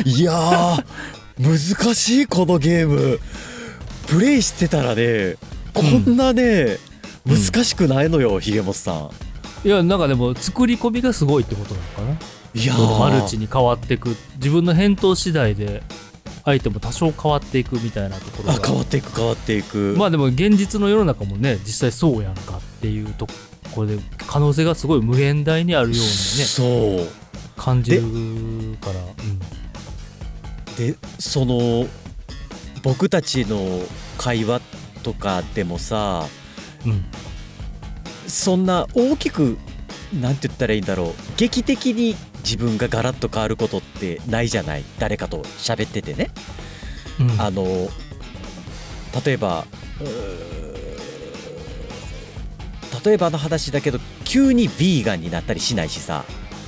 いやー難しいこのゲーム。プレイしてたらねこんなね、難しくないのよ、ひげもっさん。 いやなんかでも作り込みがすごいってことなのかな。 いやそのマルチに変わっていく、自分の返答次第でアイテム多少変わっていくみたいなところが変わっていく。 まあでも現実の世の中もね実際そうやんかっていうところで可能性がすごい無限大にあるようにねそう感じるから、 でその僕たちの会話とかでもさ、そんな大きくなんて言ったらいいんだろう、劇的に自分がガラッと変わることってないじゃない。誰かと喋っててね、例えばの話だけど急にヴィーガンになったりしないしさ。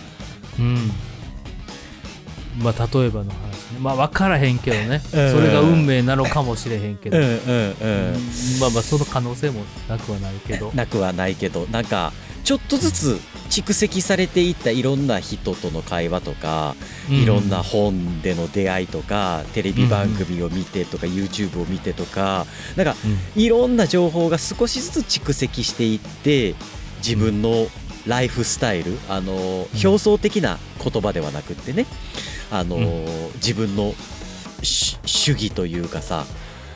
まあ例えばの話ね、まあ分からへんけどね、それが運命なのかもしれへんけど、まあまあその可能性もなくはないけど、なんかちょっとずつ蓄積されていったいろんな人との会話とか、いろんな本での出会いとか、テレビ番組を見てとか、YouTube を見てとか、なんかいろんな情報が少しずつ蓄積していって、自分のライフスタイル、表層的な言葉ではなくってね、自分の主義というかさ、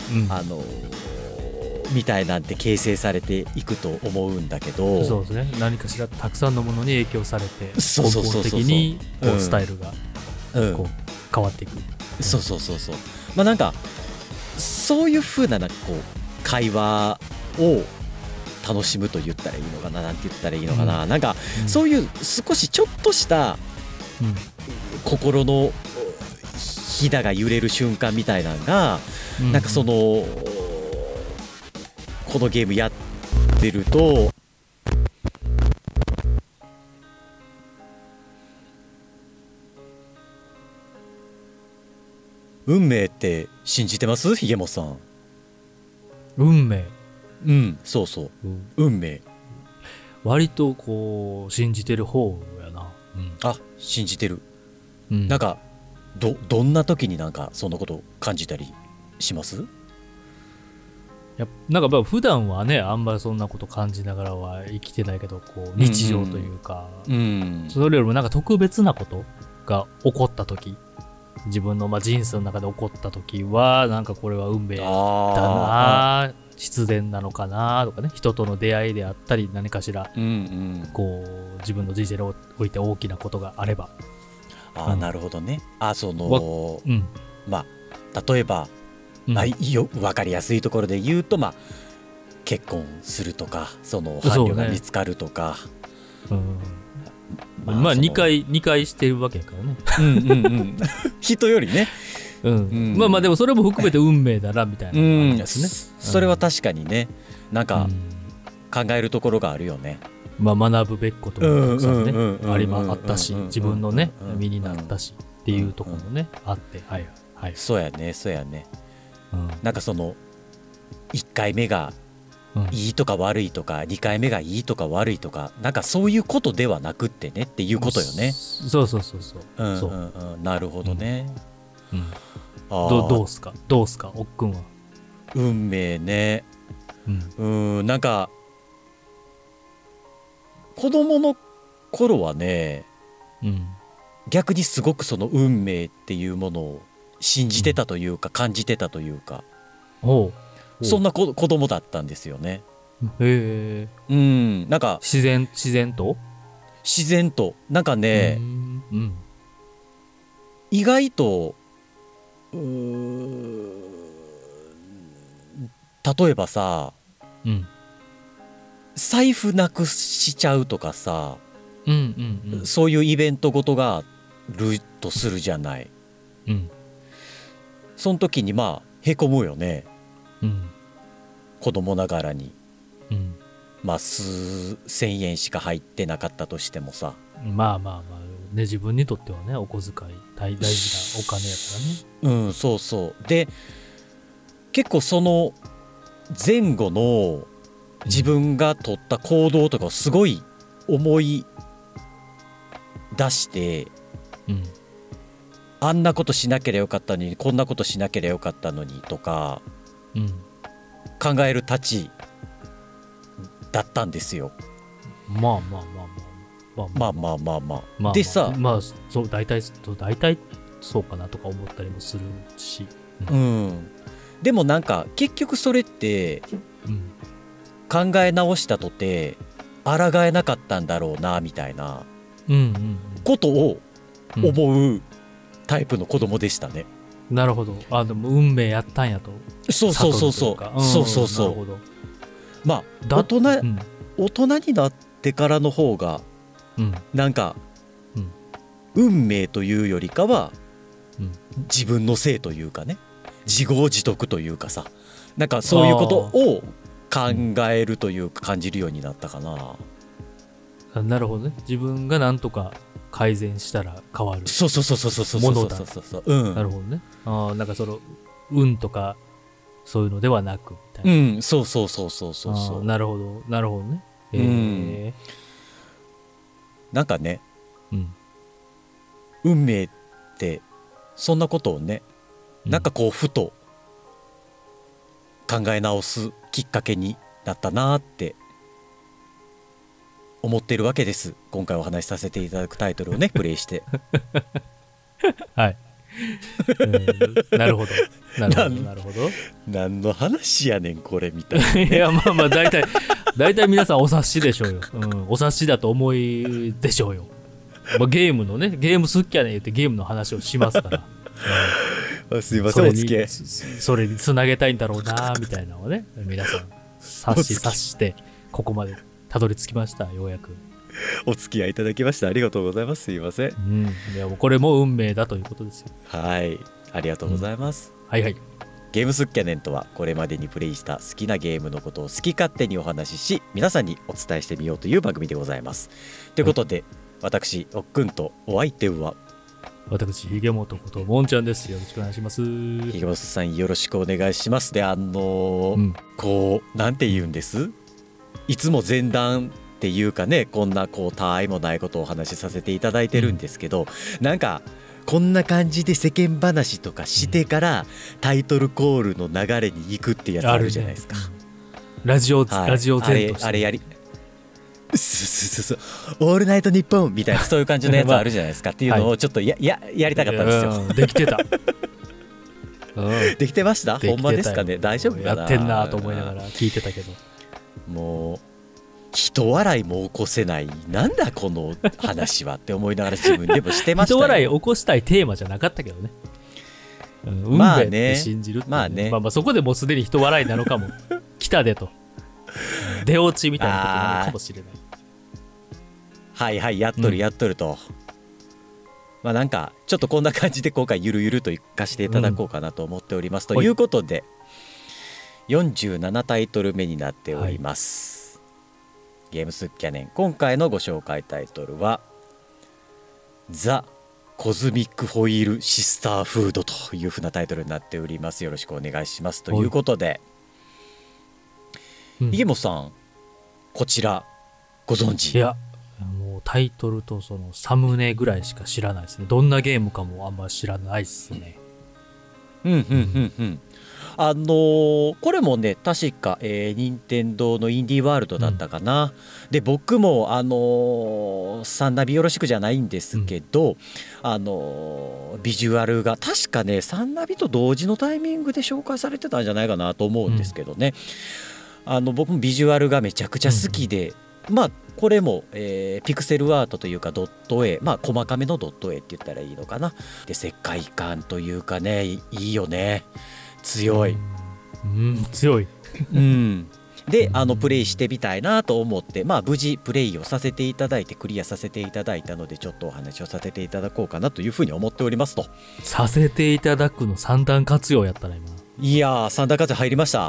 みたいなんて形成されていくと思うんだけど、 そうですね、何かしらたくさんのものに影響されて根本的にこうスタイルがこう変わっていく。まあなんかそういう風なこう会話を楽しむと言ったらいいのかな、なんて言ったらいいのかな、なんかそういう少しちょっとした心のひだが揺れる瞬間みたいなのが、なんかそのこのゲームやってると、運命って信じてます？ひげもさん。 運命、 そう、運命割とこう信じてる方やな。 信じてる。なんかどんな時になんかそんなこと感じたりします？ なんかまあ普段はねあんまりそんなこと感じながらは生きてないけど、こう日常というか、それよりもなんか特別なことが起こった時、自分のまあ人生の中で起こった時はなんかこれは運命だな、必然なのかなとかね、人との出会いであったり何かしらこう自分の人生において大きなことがあれば、 なるほどね。まあ例えば分かりやすいところで言うと、まあ結婚するとか、その伴侶が見つかるとか、 まあ2回してるわけやからね。 人よりね、 まあまあでもそれも含めて運命だなみたいなのがありますね。 それは確かにね、なんか考えるところがあるよね。 まあ学ぶべきこともたくさんねあったし、自分のね身になったしっていうところもねあって、 そうやね。なんかその1回目がいいとか悪いとか、2回目がいいとか悪いとか、なんかそういうことではなくってねっていうことよね。 そう。 なるほどね。 どうすかおっくんは。 運命ね。なんか子供の頃はね、逆にすごくその運命っていうものを信じてたというか、感じてたというか、そんな子供だったんですよね。なんか自然となんかね、意外と例えばさ、財布なくしちゃうとかさ、そういうイベントごとがあるとするじゃない。その時にまあへこむよね、子供ながらに。まあ数千円しか入ってなかったとしてもさ、 まあね、自分にとってはねお小遣い大事なお金やからね。 そうで、結構その前後の自分が取った行動とかをすごい思い出して、 あんなことしなければよかったのにこんなことしなければよかったのにとか、考えるたちだったんですよ。 まあでさ、 そう大体そうかなとか思ったりもするし、 でもなんか結局それって、考え直したとて抗えなかったんだろうなみたいなことを思うタイプの子供でしたね。 なるほど。でも運命やったんやと。 そう。まあ大人になってからの方が、なんか、運命というよりかは、自分のせいというかね、自業自得というかさ、なんかそういうことを考えるというか感じるようになったかな。 なるほどね。自分がなんとか改善したら変わるものだ。なるほどね。なんかその運とかそういうのではなくみたいな。 そう。 なるほどね。 なんかね、運命ってそんなことをね、なんかこうふと考え直すきっかけになったなって思ってるわけです。今回お話しさせていただくタイトルをねプレイしてはい、なるほど何の話やねんこれみたいな、ね、 いやまあ大体皆さんお察しでしょうよ、お察しだと思いでしょうよ、ゲームのねゲーム好きやねん言ってゲームの話をしますから、 すいませんお付き合いそれにつなげたいんだろうなみたいなのをね皆さん察してここまでたどり着きました。ようやくお付き合いいただきましてありがとうございます。すいません、 いやもうこれも運命だということですよ。 はい、ありがとうございます、 はい。 ゲームスッキャネンとはこれまでにプレイした好きなゲームのことを好き勝手にお話しし皆さんにお伝えしてみようという番組でございます。ということで、私おっくんとお相手は私ひげもとこともんちゃんです。よろしくお願いします。 ひげもとさんよろしくお願いします。でこうなんて言うんです、いつも前段っていうかね、こんなこうたわいもないことをお話しさせていただいてるんですけど、なんかこんな感じで世間話とかしてからタイトルコールの流れに行くってやつあるじゃないですか、 ラジオ前としてあれやりそうオールナイトニッポンみたいなそういう感じのやつあるじゃないですかっていうのをちょっとやりたかったんですよ。 できてたできてました？ほんまですかね？大丈夫かな？ やってんなと思いながら聞いてたけど、 もう人笑いも起こせないなんだこの話はって思いながら自分でもしてましたよ。 人笑い起こしたいテーマじゃなかったけどね、運命って信じるって、まあそこでもうすでに人笑いなのかも来たでと出落ちみたいなことなのかもしれない。 はいやっとると、まあなんかちょっとこんな感じで今回ゆるゆるといかしていただこうかなと思っております、ということで47タイトル目になっております、ゲームスッキャネン。今回のご紹介タイトルはザ・コズミックホイールシスターフードというふうなタイトルになっております。よろしくお願いしますということで、ひげもさんこちらご存知？ いやもうタイトルとそのサムネぐらいしか知らないですね。どんなゲームかもあんま知らないっすね。 これもね確か、任天堂のインディーワールドだったかな、で僕もサンナビよろしくじゃないんですけど、ビジュアルが確かねサンナビと同時のタイミングで紹介されてたんじゃないかなと思うんですけどね、僕もビジュアルがめちゃくちゃ好きで、まあこれも、ピクセルアートというかドット絵、まあ細かめのドット絵って言ったらいいのかな。で世界観というかねいいよね、強い、 強いでプレイしてみたいなと思って、まあ無事プレイをさせていただいてクリアさせていただいたのでちょっとお話をさせていただこうかなというふうに思っておりますと。 させていただくの三段活用やったら今。 いやー三段活用入りました。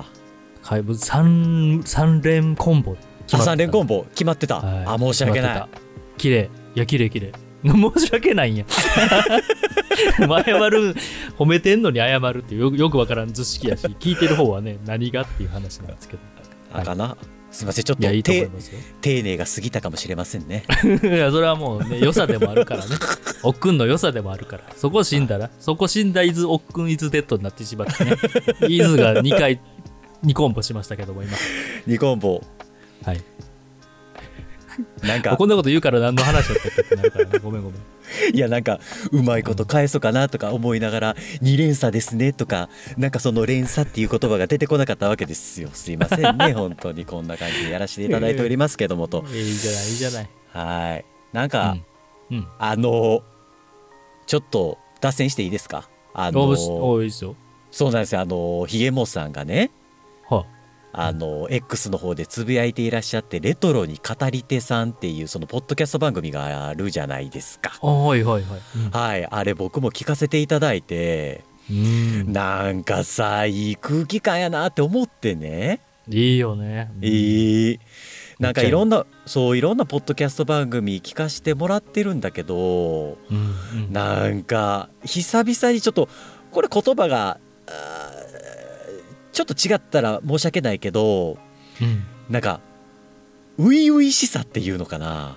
3連コンボ 3連コンボ決まってた、申し訳ない。 綺麗申し訳ないんや謝る褒めてんのに謝るっていうよくわからん図式やし聞いてる方はね何がっていう話なんですけど、 かなすいません、ちょっと丁寧が過ぎたかもしれませんね。 いや、それはもうね、良さでもあるからね。おっくんの良さでもあるから。そこ死んだら、そこ死んだイズ、おっくんイズデッドになってしまってね。イズが2回、2コンボしましたけども、今。 2コンボ。はい。 なんかこんなこと言うから何の話だったっけってなるからね。ごめん。 いや、なんかうまいこと返そうかなとか思いながら2連鎖ですねとか、なんかその連鎖っていう言葉が出てこなかったわけですよ。すいませんね本当にこんな感じでやらせていただいておりますけどもと。 いいじゃない。 はい。なんか、ちょっと脱線していいですか？ いいですよ。 そうなんですよ。ひげもさんがね、X の方でつぶやいていらっしゃって、レトロに語り手さんっていうそのポッドキャスト番組があるじゃないですか。 はい、 あれ僕も聞かせていただいて、なんかさ、いい空気感やなって思ってね。 いいよね。 なんかいろんなポッドキャスト番組聞かせてもらってるんだけど、なんか久々にちょっとこれ言葉がちょっと違ったら申し訳ないけど、なんか初々しさっていうのかな。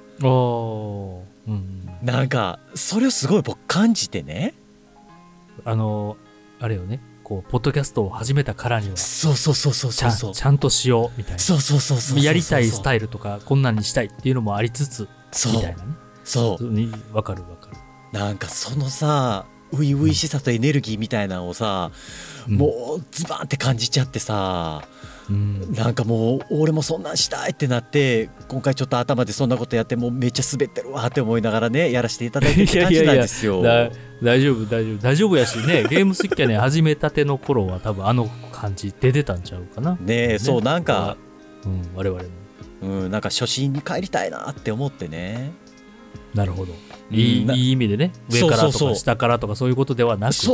なんかそれをすごい僕感じてね。 あれよね、こうポッドキャストを始めたからにはそうちゃんとしようみたいな、 そうやりたいスタイルとかこんなんにしたいっていうのもありつつみたいなね。わかる。 なんかそのさ、初々しさとエネルギーみたいなのをさ、もうズバンって感じちゃってさ、なんかもう俺もそんなんしたいってなって、今回ちょっと頭でそんなことやって、もうめっちゃ滑ってるわって思いながらね、やらせていただいてる感じなんですよ。 大丈夫やしね。ゲーム好きやね、始めたての頃は多分あの感じ出てたんちゃうかなね。そう、なんか我々もなんか初心に帰りたいなって思ってね。 なるほど。いい意味でね、上からとか下からとかそういうことではなく、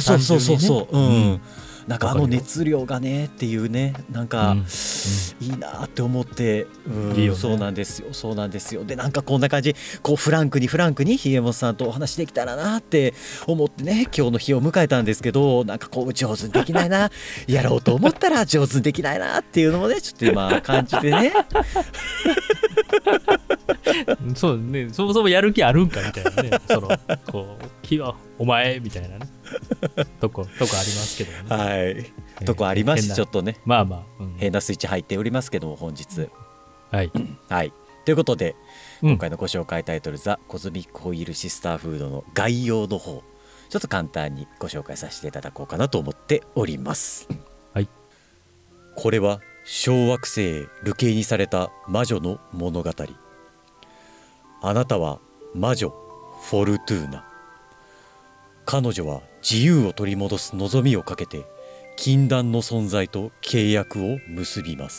なんか熱量がねっていうね、なんかいいなって思って、そうなんですよ。で、なんかこんな感じ、こうフランクにひげもさんとお話できたらなって思ってね、今日の日を迎えたんですけど、なんかこう上手にできないなやろうと思ったら上手にできないなっていうのもね、ちょっと今感じてね。 そうね、そもそもやる気あるんかみたいなね、こう気はお前みたいなねとこありますけどね。 はい、とこありますし、ちょっとね、変なスイッチ入っておりますけども、本日はい、ということで、今回のご紹介タイトル、ザ・コズミックホイールシスターフードの概要の方、ちょっと簡単にご紹介させていただこうかなと思っております。これは小惑星へ流刑にされた魔女の物語。あなたは魔女フォルトゥーナ。彼女は自由を取り戻す望みをかけて禁断の存在と契約を結びます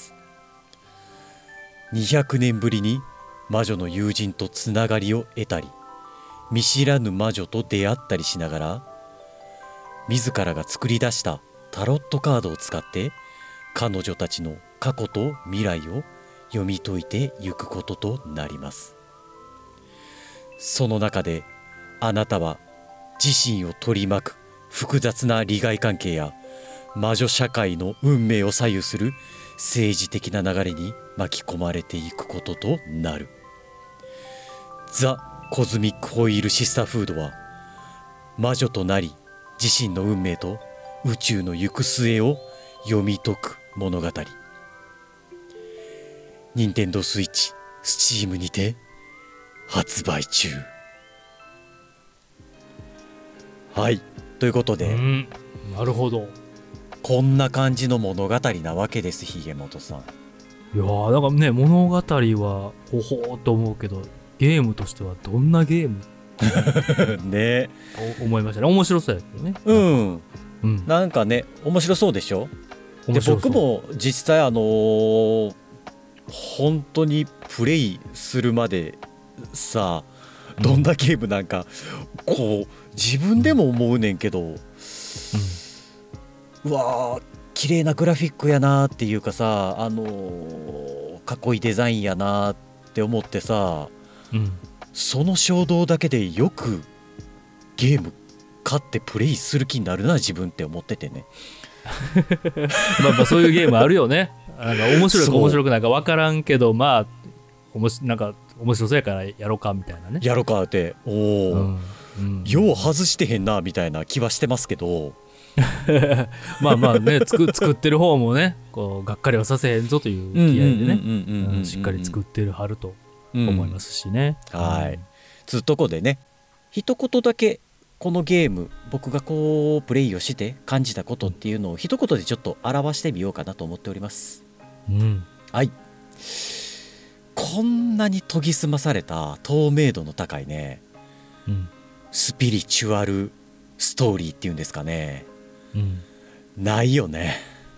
。200年ぶりに魔女の友人とつながりを得たり、見知らぬ魔女と出会ったりしながら、自らが作り出したタロットカードを使って彼女たちの過去と未来を読み解いてゆくこととなります。その中であなたは自身を取り巻く複雑な利害関係や魔女社会の運命を左右する政治的な流れに巻き込まれていくこととなる。ザ・コズミックホイールシスターフードは、魔女となり自身の運命と宇宙の行く末を読み解く物語。任天堂スイッチ、スチームにて発売中。はい、ということで、 なるほど、 こんな感じの物語なわけです、ひげもとさん。 いやー、だからね、物語はほほーと思うけど、ゲームとしてはどんなゲームね、 思いましたね。面白そうやけどね。 なんかね、面白そうでしょ。で、僕も実際本当にプレイするまでさ、どんなゲームなんかこう自分でも思うねんけど、うわー綺麗なグラフィックやなっていうかさ、かっこいいデザインやなって思ってさ、その衝動だけでよくゲーム買ってプレイする気になるな自分って思っててね。 まあそういうゲームあるよね。 なんか面白いか面白くないか分からんけど、まあなんか面白そうやからやろうかみたいなね。 やろうかっておお、よう外してへんなみたいな気はしてますけどまあまあね作ってる方もねこうがっかりはさせへんぞという気合でねしっかり作ってるはると思いますしね。 はい。つうとこでね一言だけこのゲーム僕がこうプレイをして感じたことっていうのを一言でちょっと表してみようかなと思っております。はい。こんなに研ぎ澄まされた透明度の高いね、スピリチュアルストーリーっていうんですかね、ないよね。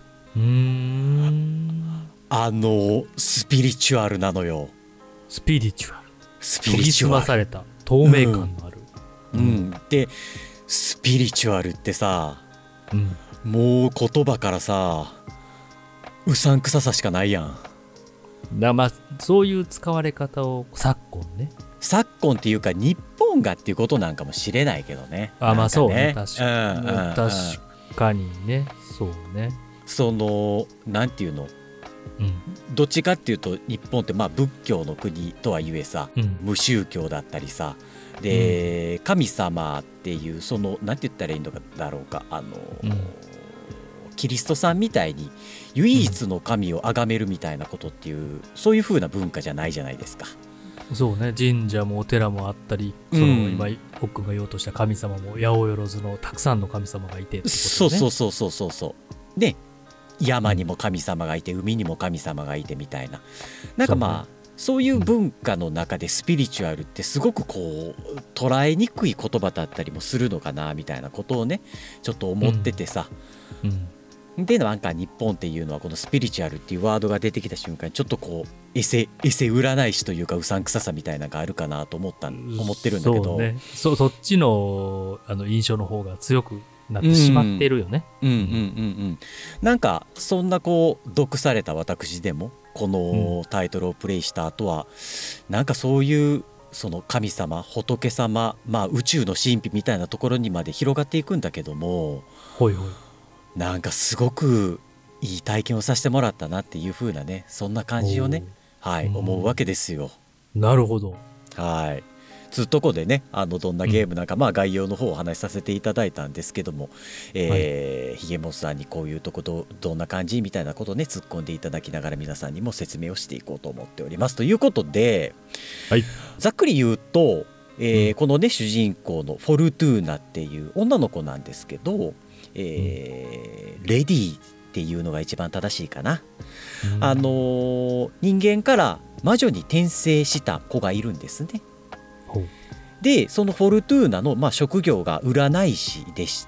スピリチュアルなのよ。 スピリチュアル研ぎ澄まされた透明感のある、 でスピリチュアルってさ、もう言葉からさうさんくささしかないやん。 まあそういう使われ方を昨今っていうか日本がっていうことなんかもしれないけどね。 まあそうね、確かにね、そうね。 そのなんていうの、どっちかっていうと日本ってまあ仏教の国とはいえさ、無宗教だったりさで、神様っていうそのなんて言ったらいいのだろうか、キリストさんみたいに唯一の神を崇めるみたいなことっていう、そういう風な文化じゃないじゃないですか。 そうね、神社もお寺もあったり、その今僕が言おうとした神様も八百万のたくさんの神様がいてってことね。そうで山にも神様がいて海にも神様がいてみたいな、なんかまあそういう文化の中でスピリチュアルってすごくこう捉えにくい言葉だったりもするのかなみたいなことをねちょっと思っててさ、でなんか日本っていうのはこのスピリチュアルっていうワードが出てきた瞬間にちょっとこうエセ占い師というかうさんくささみたいなのがあるかなと思ってるんだけど、 そうね、そっちの印象の方が強くなってしまってるよね。 なんかそんなこう毒された私でもこのタイトルをプレイした後は、なんかそういうその神様仏様、まあ宇宙の神秘みたいなところにまで広がっていくんだけども、なんかすごくいい体験をさせてもらったなっていう風なね、そんな感じをね、思うわけですよ。 なるほど。 はい。つうとこでね、どんなゲームなんか、まあ概要の方をお話しさせていただいたんですけども、ひげもさんにこういうとこどんな感じみたいなことをね突っ込んでいただきながら皆さんにも説明をしていこうと思っております。ということで、ざっくり言うと、このね主人公のフォルトゥーナっていう女の子なんですけど、レディーっていうのが一番正しいかな。人間から魔女に転生した子がいるんですね。でそのフォルトゥーナの、職業が占い師でして、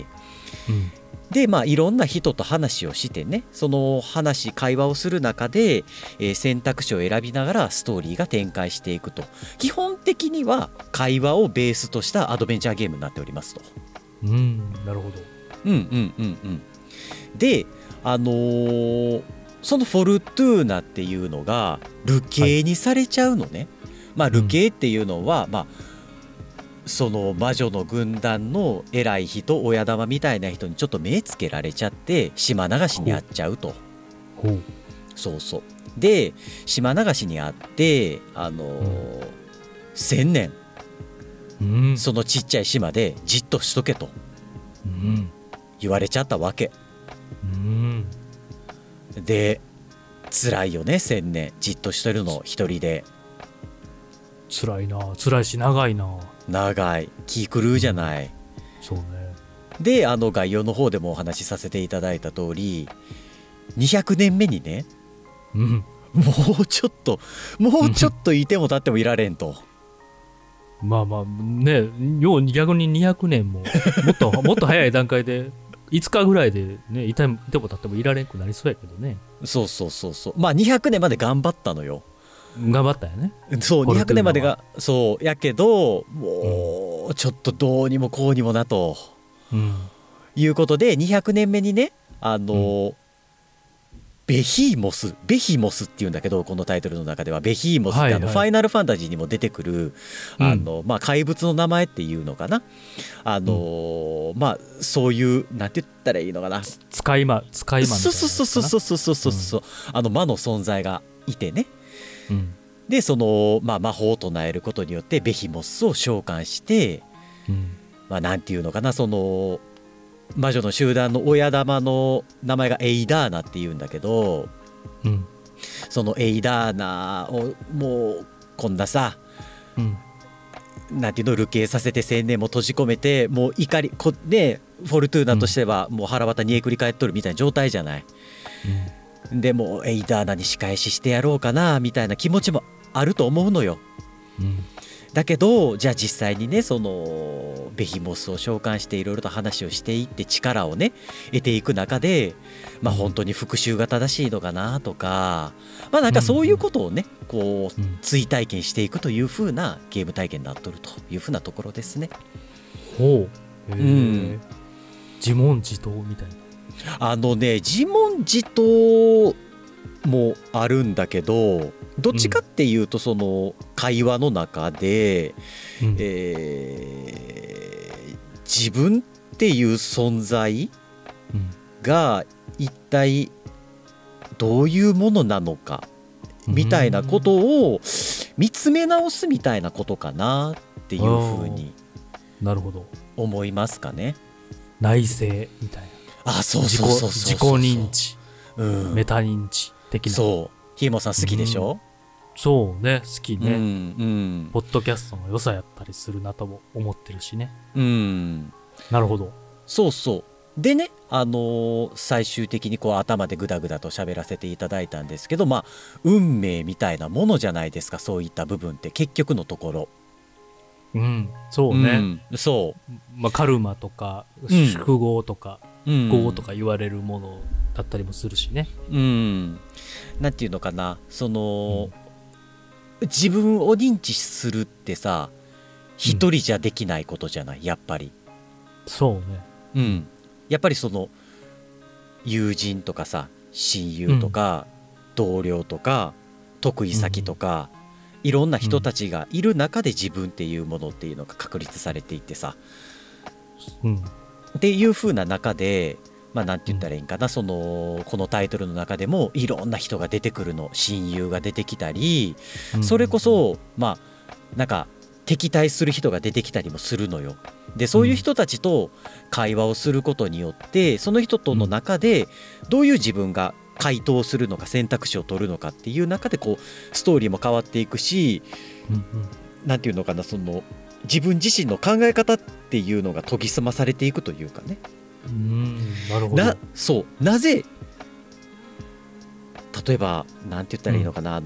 でいろんな人と話をしてね、その会話をする中で、選択肢を選びながらストーリーが展開していくと。基本的には会話をベースとしたアドベンチャーゲームになっておりますと。 なるほど。 でそのフォルトゥーナっていうのが流刑にされちゃうのね。流刑っていうのは、その魔女の軍団の偉い人親玉みたいな人にちょっと目つけられちゃって島流しにあっちゃうと。で島流しにあって1000年、そのちっちゃい島でじっとしとけと、言われちゃったわけ。で辛いよね、1000年じっとしてるの一人で。 辛いな、辛いし長いな。 長い、気狂うじゃない。 そうね。 で概要の方でもお話しさせていただいた通り200年目にね、もうちょっといても立ってもいられんと。 まあね、よう逆に200年ももっと早い段階で5日ぐらいでねいても立ってもいられんくなりそうやけどね。 そう200年まで頑張ったのよ。 頑張ったよね。 そう200年までがそうやけど、もうちょっとどうにもこうにもなと、 ベヒーモスっていうんだけど、このタイトルの中ではベヒーモスってファイナルファンタジーにも出てくる、怪物の名前っていうのかな、そういうなんて言ったらいいのかな、 使い魔みたいな、 そう魔の存在がいてね、でその、魔法を唱えることによってベヒモスを召喚して、なんていうのかな、その魔女の集団の親玉の名前がエイダーナっていうんだけど、そのエイダーナをもうこんなさ、なんていうの、流刑させて青年も閉じ込めて、もう怒りね、フォルトゥーナとしてはもう腹渡煮えくり返っとるみたいな状態じゃない、でもエイダーナに仕返ししてやろうかなみたいな気持ちもあると思うのよ、だけどじゃあ実際にね、そのベヒモスを召喚していろいろと話をしていって力をね得ていく中で、本当に復讐が正しいのかなとか、なんかそういうことをねこう追体験していくという風なゲーム体験になっとるという風なところですね。 ほう、自問自答みたいな。 自問自答もあるんだけど、どっちかっていうとその会話の中で、自分っていう存在が一体どういうものなのかみたいなことを見つめ直すみたいなことかなっていうふうに思いますかね。 内省みたいな。 そう自己認知、メタ認知的な。 そう、ひえもさん好きでしょ？ そうね、好きね、ポッドキャストの良さやったりするなとも思ってるしね。なるほど。 そうでね、最終的にこう頭でグダグダと喋らせていただいたんですけど、運命みたいなものじゃないですか、そういった部分って結局のところ。 そうね、カルマとか宿業とか業とか言われるものだったりもするしね。 なんていうのかな、その、自分を認知するってさ、一人じゃできないことじゃない、やっぱり。 そうね。 やっぱりその友人とかさ、親友とか、同僚とか得意先とか、いろんな人たちがいる中で自分っていうものっていうのが確立されていってさ、っていう風な中で、なんて言ったらいいんかな、そのこのタイトルの中でもいろんな人が出てくるの、親友が出てきたり、それこそなんか敵対する人が出てきたりもするのよ。でそういう人たちと会話をすることによって、その人との中でどういう自分が回答するのか選択肢を取るのかっていう中でこうストーリーも変わっていくし、なんていうのかな、その自分自身の考え方っていうのが研ぎ澄まされていくというかね。 なるほど。 なぜ例えばなんて言ったらいいのかな、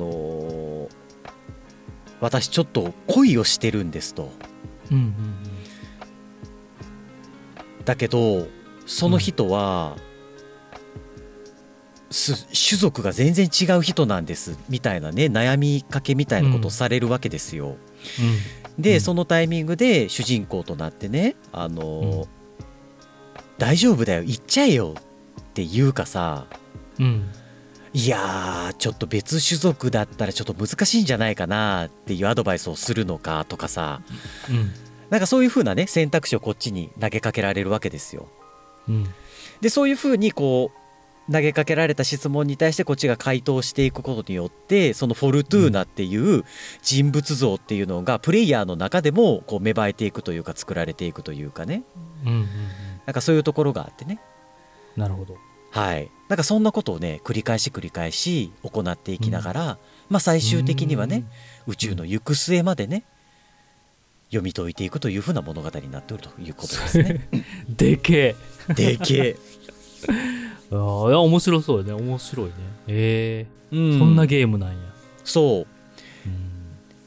私ちょっと恋をしてるんですと、だけどその人は、種族が全然違う人なんですみたいなね、悩みかけみたいなことをされるわけですよ。でそのタイミングで主人公となってね、大丈夫だよ、行っちゃえよっていうかさ、いやーちょっと別種族だったらちょっと難しいんじゃないかなっていうアドバイスをするのかとかさ、なんかそういう風なね選択肢をこっちに投げかけられるわけですよ。でそういう風にこう投げかけられた質問に対してこっちが回答していくことによって、そのフォルトゥーナっていう人物像っていうのがプレイヤーの中でもこう芽生えていくというか作られていくというかね、なんかそういうところがあってね。 なるほど。 はい、なんかそんなことをね繰り返し行っていきながら、最終的にはね、宇宙の行く末までね読み解いていくというふうな物語になっているということですね。 でけえいや面白そうね、面白いね。そんなゲームなんや。 そう、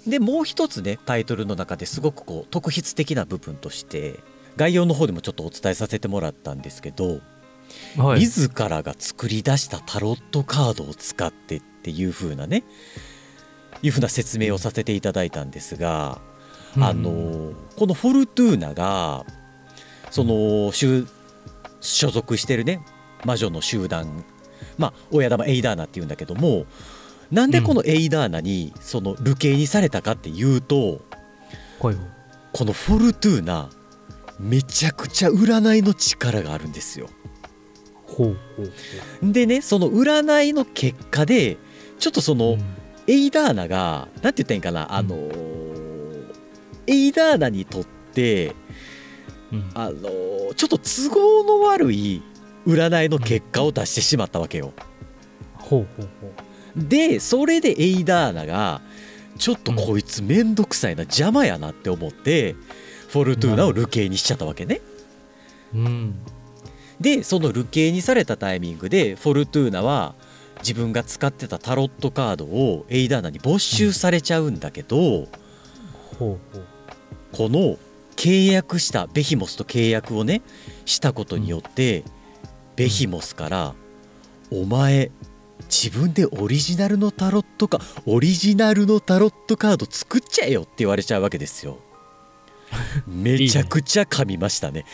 でもう一つねタイトルの中ですごくこう特筆的な部分として概要の方でもちょっとお伝えさせてもらったんですけど、自らが作り出したタロットカードを使ってっていう風なね説明をさせていただいたんですが、このフォルトゥーナがその所属してるね魔女の集団まあ親玉エイダーナっていうんだけども、なんでこのエイダーナにその流刑にされたかっていうと、このフォルトゥーナめちゃくちゃ占いの力があるんですよ。でね、その占いの結果でちょっとそのエイダーナがなんて言ったらいいんかな、エイダーナにとってちょっと都合の悪い占いの結果を出してしまったわけよ。でそれでエイダーナがちょっとこいつめんどくさいな、邪魔やなって思ってフォルトゥーナを流刑にしちゃったわけね。でその流刑にされたタイミングでフォルトゥーナは自分が使ってたタロットカードをエイダーナに没収されちゃうんだけど、この契約したベヒモスと契約をねしたことによって、ベヒモスからお前自分でオリジナルのタロットカード作っちゃえよって言われちゃうわけですよ。めちゃくちゃ噛みましたね。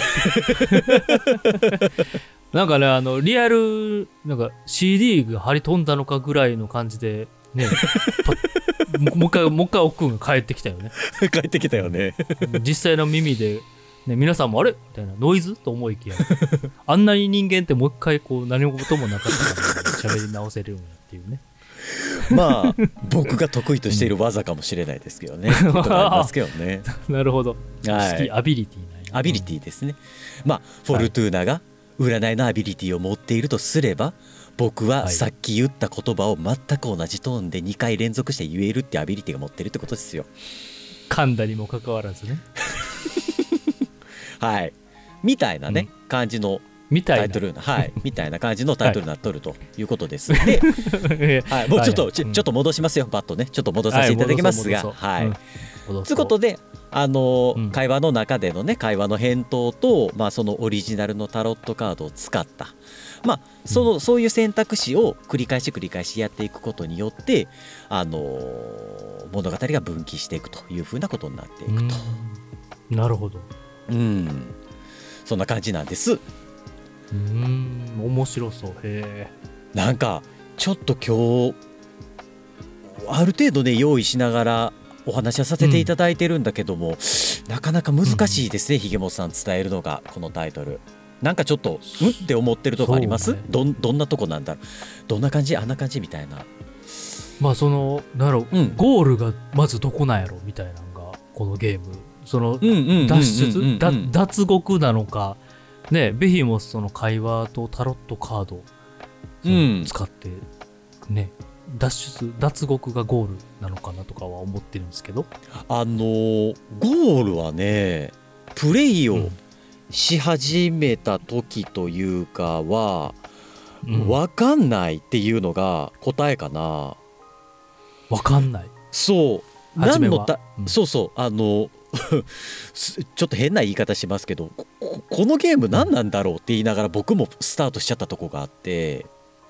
なんかね、リアルなんか CD が張り飛んだのかぐらいの感じでねもう一回奥君が帰ってきたよね。 帰ってきたよね。 実際の耳で、ね、皆さんもあれみたいなノイズと思いきやあんなに人間ってもう一回こう何事もなかったから喋り直せるようにっていうね。 まあ僕が得意としている技かもしれないですけどね。ことがありますけどね。 なるほど、 はい、 好きアビリティアビリティですね。まあフォルトゥーナが占いのアビリティを持っているとすれば、僕はさっき言った言葉を全く同じトーンで2回連続して言えるってアビリティが持ってるってことですよ。 噛んだにもかかわらずね。 はいみたいなね、感じのタイトル、みたいな感じのタイトルになっとるということです。で、もうちょっと戻しますよ、バッとね、ちょっと戻させていただきますが、ということで、会話の中でのね、会話の返答と、まあそのオリジナルのタロットカードを使った、まあそういう選択肢を繰り返しやっていくことによって、物語が分岐していくというふうなことになっていくと。 なるほど。 そんな感じなんです。 面白そう。へえ。なんかちょっと今日ある程度ね用意しながらお話はさせていただいてるんだけども、なかなか難しいですね、ひげもとさん伝えるのがこのタイトル。なんかちょっとって思ってるとこあります？どんなとこなんだろう、どんな感じ、あんな感じみたいな。 まあそのなんだろう、ゴールがまずどこなんやろみたいなのがこのゲーム、その脱出脱獄なのかね、ベヒモスとの会話とタロットカードを使ってね、脱獄がゴールなのかなとかは思ってるんですけど、 ゴールはね、プレイをし始めた時というかは、分かんないっていうのが答えかな。 分かんない。 そう、何のそうそう、ちょっと変な言い方しますけど、このゲーム何なんだろうって言いながら僕もスタートしちゃったとこがあって、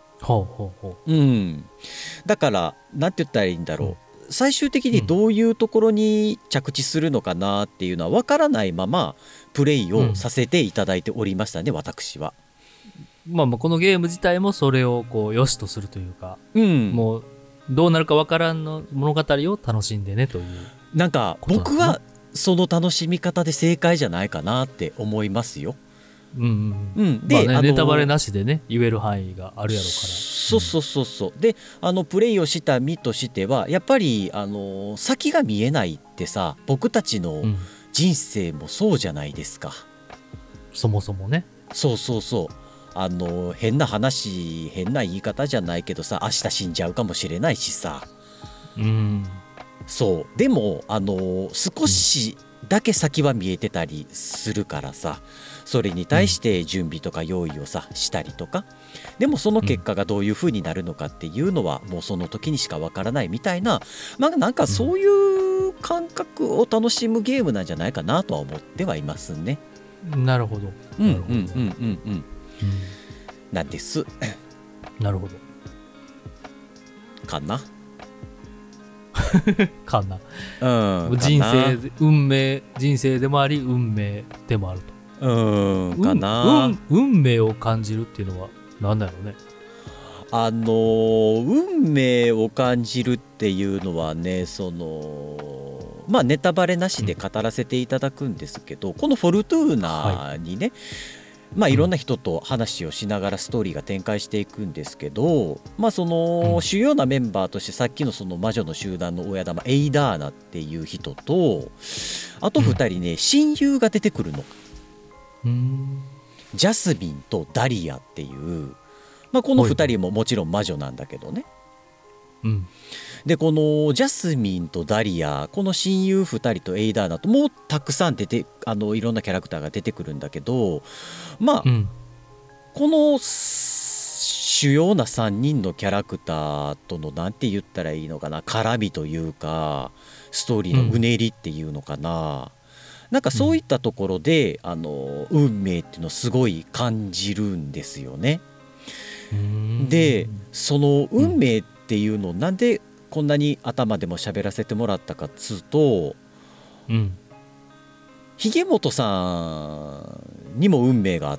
だから何て言ったらいいんだろう、最終的にどういうところに着地するのかなっていうのは分からないままプレイをさせていただいておりましたね、私は。 まあこのゲーム自体もそれをこう良しとするというか、もうどうなるか分からんの物語を楽しんでねという。 なんか僕はその楽しみ方で正解じゃないかなって思いますよ。 で、ネタバレなしでね言える範囲があるやろうから。 そうで、プレイをした身としてはやっぱり先が見えないってさ、僕たちの人生もそうじゃないですか、 そもそもね。 変な話、変な言い方じゃないけどさ、明日死んじゃうかもしれないしさ。そうでも少しだけ先は見えてたりするからさ、それに対して準備とか用意をさしたりとか、でもその結果がどういう風になるのかっていうのはもうその時にしかわからないみたいな、なんかそういう感覚を楽しむゲームなんじゃないかなとは思ってはいますね。 なるほど。 なんです。 なるほど。 かな。 かな。人生、運命、人生でもあり運命でもあると。 かな。 運命を感じるっていうのは何だろうね。 運命を感じるっていうのはね、まあネタバレなしで語らせていただくんですけど、このフォルトゥーナにね、まあいろんな人と話をしながらストーリーが展開していくんですけど、まあその主要なメンバーとしてさっきのその魔女の集団の親玉エイダーナっていう人と、あと2人ね、親友が出てくるの。ジャスミンとダリアっていう、まあ、この2人ももちろん魔女なんだけどね。でこのジャスミンとダリア、この親友2人とエイダーナともうたくさんいろんなキャラクターが出てくるんだけど、まあ、この主要な3人のキャラクターとのなんて言ったらいいのかな、絡みというかストーリーのうねりっていうのかな、なんかそういったところで、運命っていうのをすごい感じるんですよね。でその運命っていうのをなんでこんなに頭でも喋らせてもらったかっつうと、ひげもとさんにも運命があって、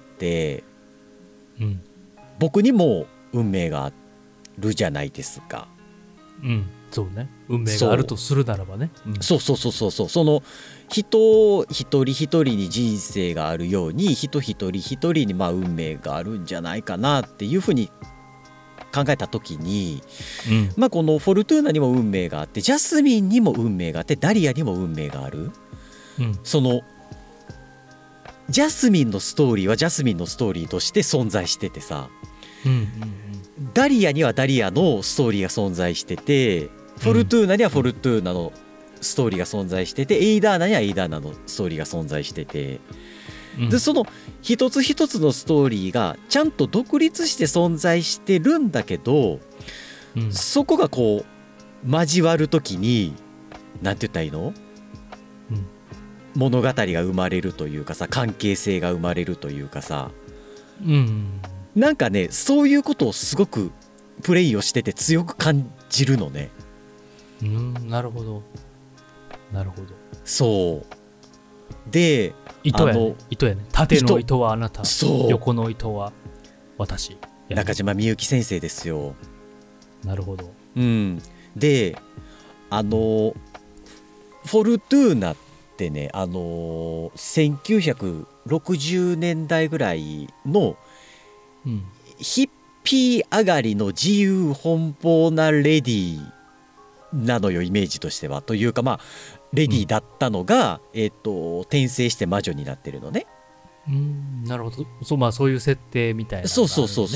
僕にも運命があるじゃないですか。 そうね、運命があるとするならばね。 そう、その人一人一人に人生があるように、人一人一人にまあ運命があるんじゃないかなっていうふうに考えた時に、まあこのフォルトゥーナにも運命があって、ジャスミンにも運命があって、ダリアにも運命がある。そのジャスミンのストーリーはジャスミンのストーリーとして存在しててさ、ダリアにはダリアのストーリーが存在してて、フォルトゥーナにはフォルトゥーナのストーリーが存在してて、エイダーナにはエイダーナのストーリーが存在してて、でその一つ一つのストーリーがちゃんと独立して存在してるんだけど、そこがこう交わるときになんて言ったらいいの、物語が生まれるというかさ、関係性が生まれるというかさ、なんかね、そういうことをすごくプレイをしてて強く感じるのね。 なるほどなるほど。 そうで、 糸やね、縦の糸はあなた、横の糸は私。 中島みゆき先生ですよ。 なるほど。 でフォルトゥーナってね、1960年代ぐらいの、ヒッピー上がりの自由奔放なレディーなのよ、イメージとしては。というかまあレディーだったのが、転生して魔女になってるのね。 なるほど。まあそういう設定みたいな、ね。そう。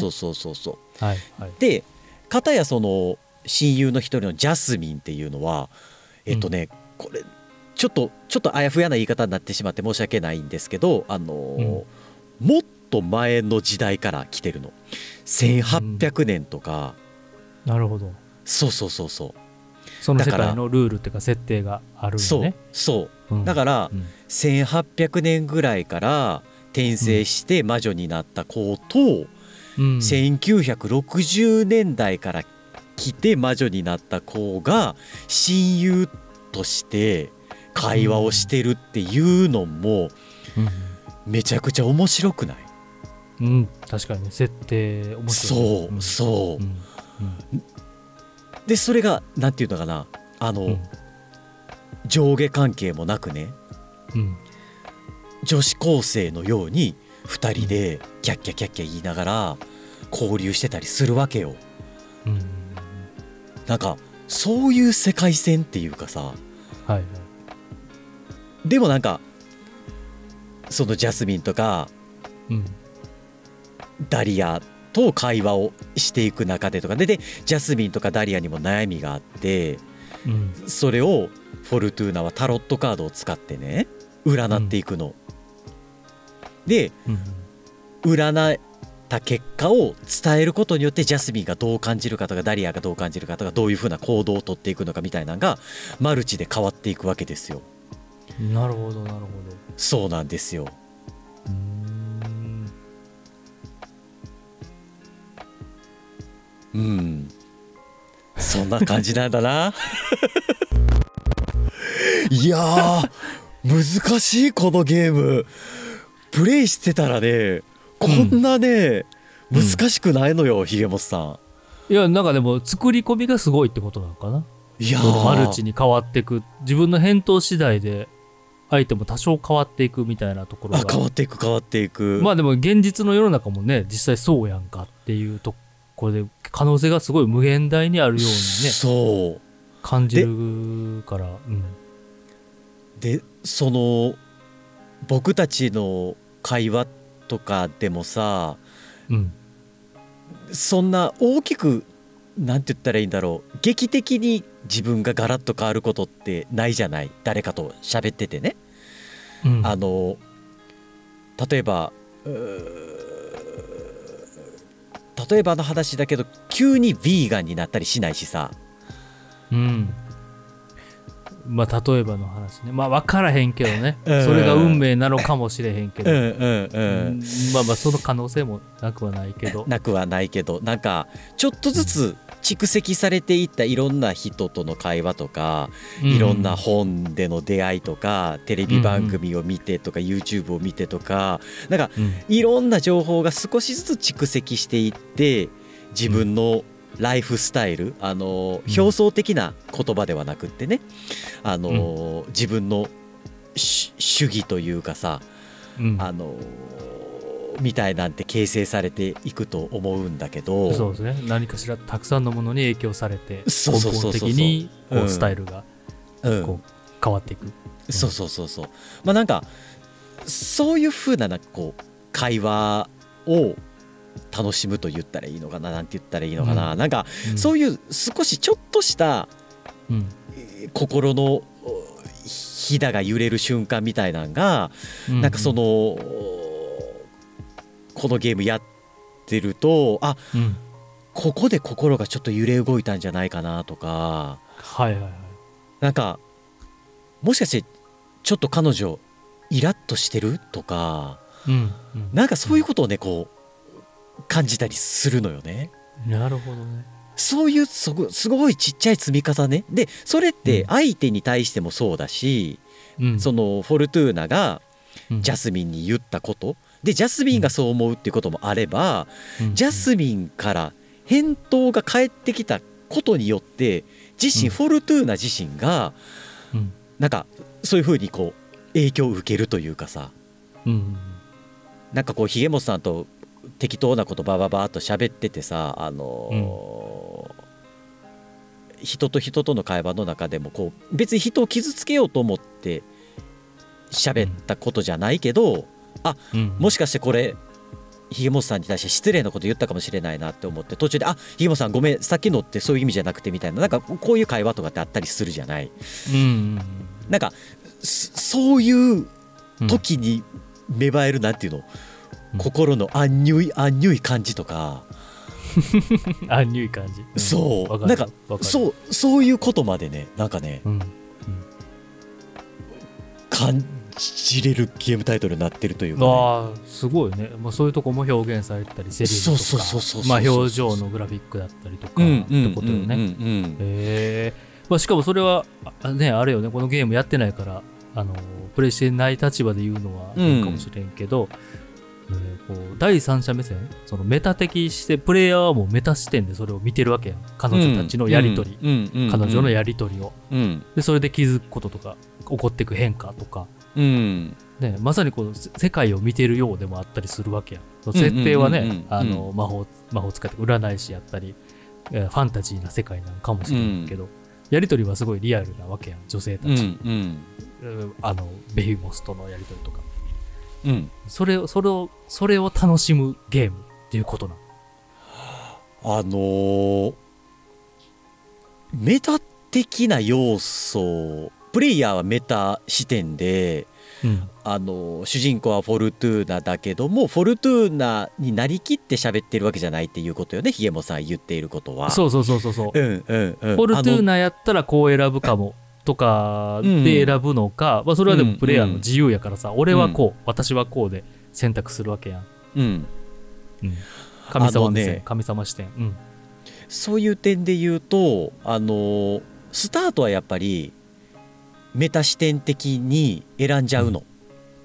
で片やその親友の一人のジャスミンっていうのはこれちょっとあやふやな言い方になってしまって申し訳ないんですけど、もっと前の時代から来てるの。1800年とか。 なるほど。 そう。 その世界のルールっていうか設定があるよね。 だから、1800年ぐらいから転生して魔女になった子と、1960年代から来て魔女になった子が親友として会話をしてるっていうのもめちゃくちゃ面白くない？ 確かにね、設定面白い。 そう。でそれがなんていうのかな、上下関係もなくね、女子高生のように2人でキャッキャ言いながら交流してたりするわけよ。なんかそういう世界線っていうかさ、でもなんかそのジャスミンとか、ダリアと会話をしていく中でとかで、ジャスミンとかダリアにも悩みがあって、それをフォルトゥーナはタロットカードを使ってね占っていくの。で、占った結果を伝えることによってジャスミンがどう感じるかとかダリアがどう感じるかとか、どういうふうな行動をとっていくのかみたいなのがマルチで変わっていくわけですよ。 なるほど。 そうなんですよ。そんな感じなんだないやー難しい、このゲームプレイしてたらねこんなね、難しくないのよ、ひげもっさん。 いやなんかでも作り込みがすごいってことなのかな。いやそのマルチに変わっていく、自分の返答次第で相手も多少変わっていくみたいなところが。 変わっていく。 まあでも現実の世の中もね実際そうやんかっていうところで可能性がすごい無限大にあるようにねそう感じるから。 でその僕たちの会話とかでもさ、そんな大きくなんて言ったらいいんだろう、劇的に自分がガラッと変わることってないじゃない、誰かと喋っててね、例えばの話だけど急にヴィーガンになったりしないしさ。 まあ例えばの話ね、まあ分からへんけどね、それが運命なのかもしれへんけど、まあまあその可能性もなくはないけどなんかちょっとずつ蓄積されていったいろんな人との会話とか、いろんな本での出会いとか、テレビ番組を見てとか、YouTube を見てとか、なんかいろんな情報が少しずつ蓄積していって、自分のライフスタイル、表層的な言葉ではなくってね、自分の主義というかさ、みたいなんて形成されていくと思うんだけど。 そうですね、何かしらたくさんのものに影響されて根本的にこうスタイルがこう変わっていく。まあなんかそういう風なこう会話を楽しむと言ったらいいのかな、なんて言ったらいいのかな、なんかそういう少しちょっとした心のひだが揺れる瞬間みたいなのが、なんかそのこのゲームやってると、ここで心がちょっと揺れ動いたんじゃないかなとか、なんかもしかしてちょっと彼女イラッとしてるとか、なんかそういうことをねこう感じたりするのよね。 なるほどね。 そういうすごいちっちゃい積み重ねで、それって相手に対してもそうだし、そのフォルトゥーナがジャスミンに言ったことで、ジャスミンがそう思うっていうこともあれば、ジャスミンから返答が返ってきたことによってフォルトゥーナ自身がなんかそういうふうにこう影響を受けるというかさ、なんかこうひげもとさんと適当なことバーっと喋っててさ、人と人との会話の中でもこう別に人を傷つけようと思って喋ったことじゃないけど、もしかしてこれひげもとさんに対して失礼なこと言ったかもしれないなって思って、途中でひげもとさんごめん、さっきのってそういう意味じゃなくてみたいな、なんかこういう会話とかってあったりするじゃない。なんかそういう時に芽生えるなんていうの、心のアンニュイ感じとかアンニュイ感じ、 そうなんかそういうことまでね、なんかね、感じれるゲームタイトルになってるというか、ね、 すごいね、そういうとこも表現されたり、セリフとか表情のグラフィックだったりとかってことよね。しかもそれはね、あれよね、このゲームやってないからプレイしてない立場で言うのは変かもしれんけど、こう第三者目線、そのメタ的してプレイヤーはもうメタ視点でそれを見てるわけやん、彼女たちのやり取り、彼女のやり取りを、でそれで気づくこととか起こっていく変化とか、まさにこの世界を見てるようでもあったりするわけやん。設定はね、魔法使って占い師やったりファンタジーな世界なのかもしれないけど、やり取りはすごいリアルなわけやん、女性たち、ベヒモスとのやり取りとか、それを楽しむゲームっていうことなの。メタ的な要素、プレイヤーはメタ視点で、主人公はフォルトゥーナだけども、フォルトゥーナになりきって喋ってるわけじゃないっていうことよね、ひげもさん言っていることは。 そう、フォルトゥーナやったらこう選ぶかもとかで選ぶのか、それはでもプレイヤーの自由やからさ、俺はこう、私はこうで選択するわけやん。神様目線、神様視点、 そういう点で言うと、スタートはやっぱりメタ視点的に選んじゃうの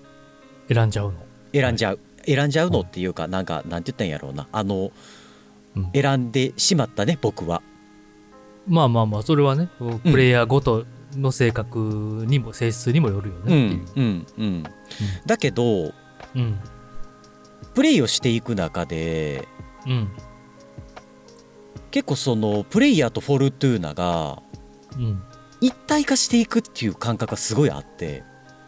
っていうか、なんて言ったんやろうな、 選んでしまったね、僕は。 まあそれはね、プレイヤーごとの性格にも性質にもよるよねっていう。 だけど、プレイをしていく中で、結構そのプレイヤーとフォルトゥーナが一体化していくっていう感覚がすごいあって。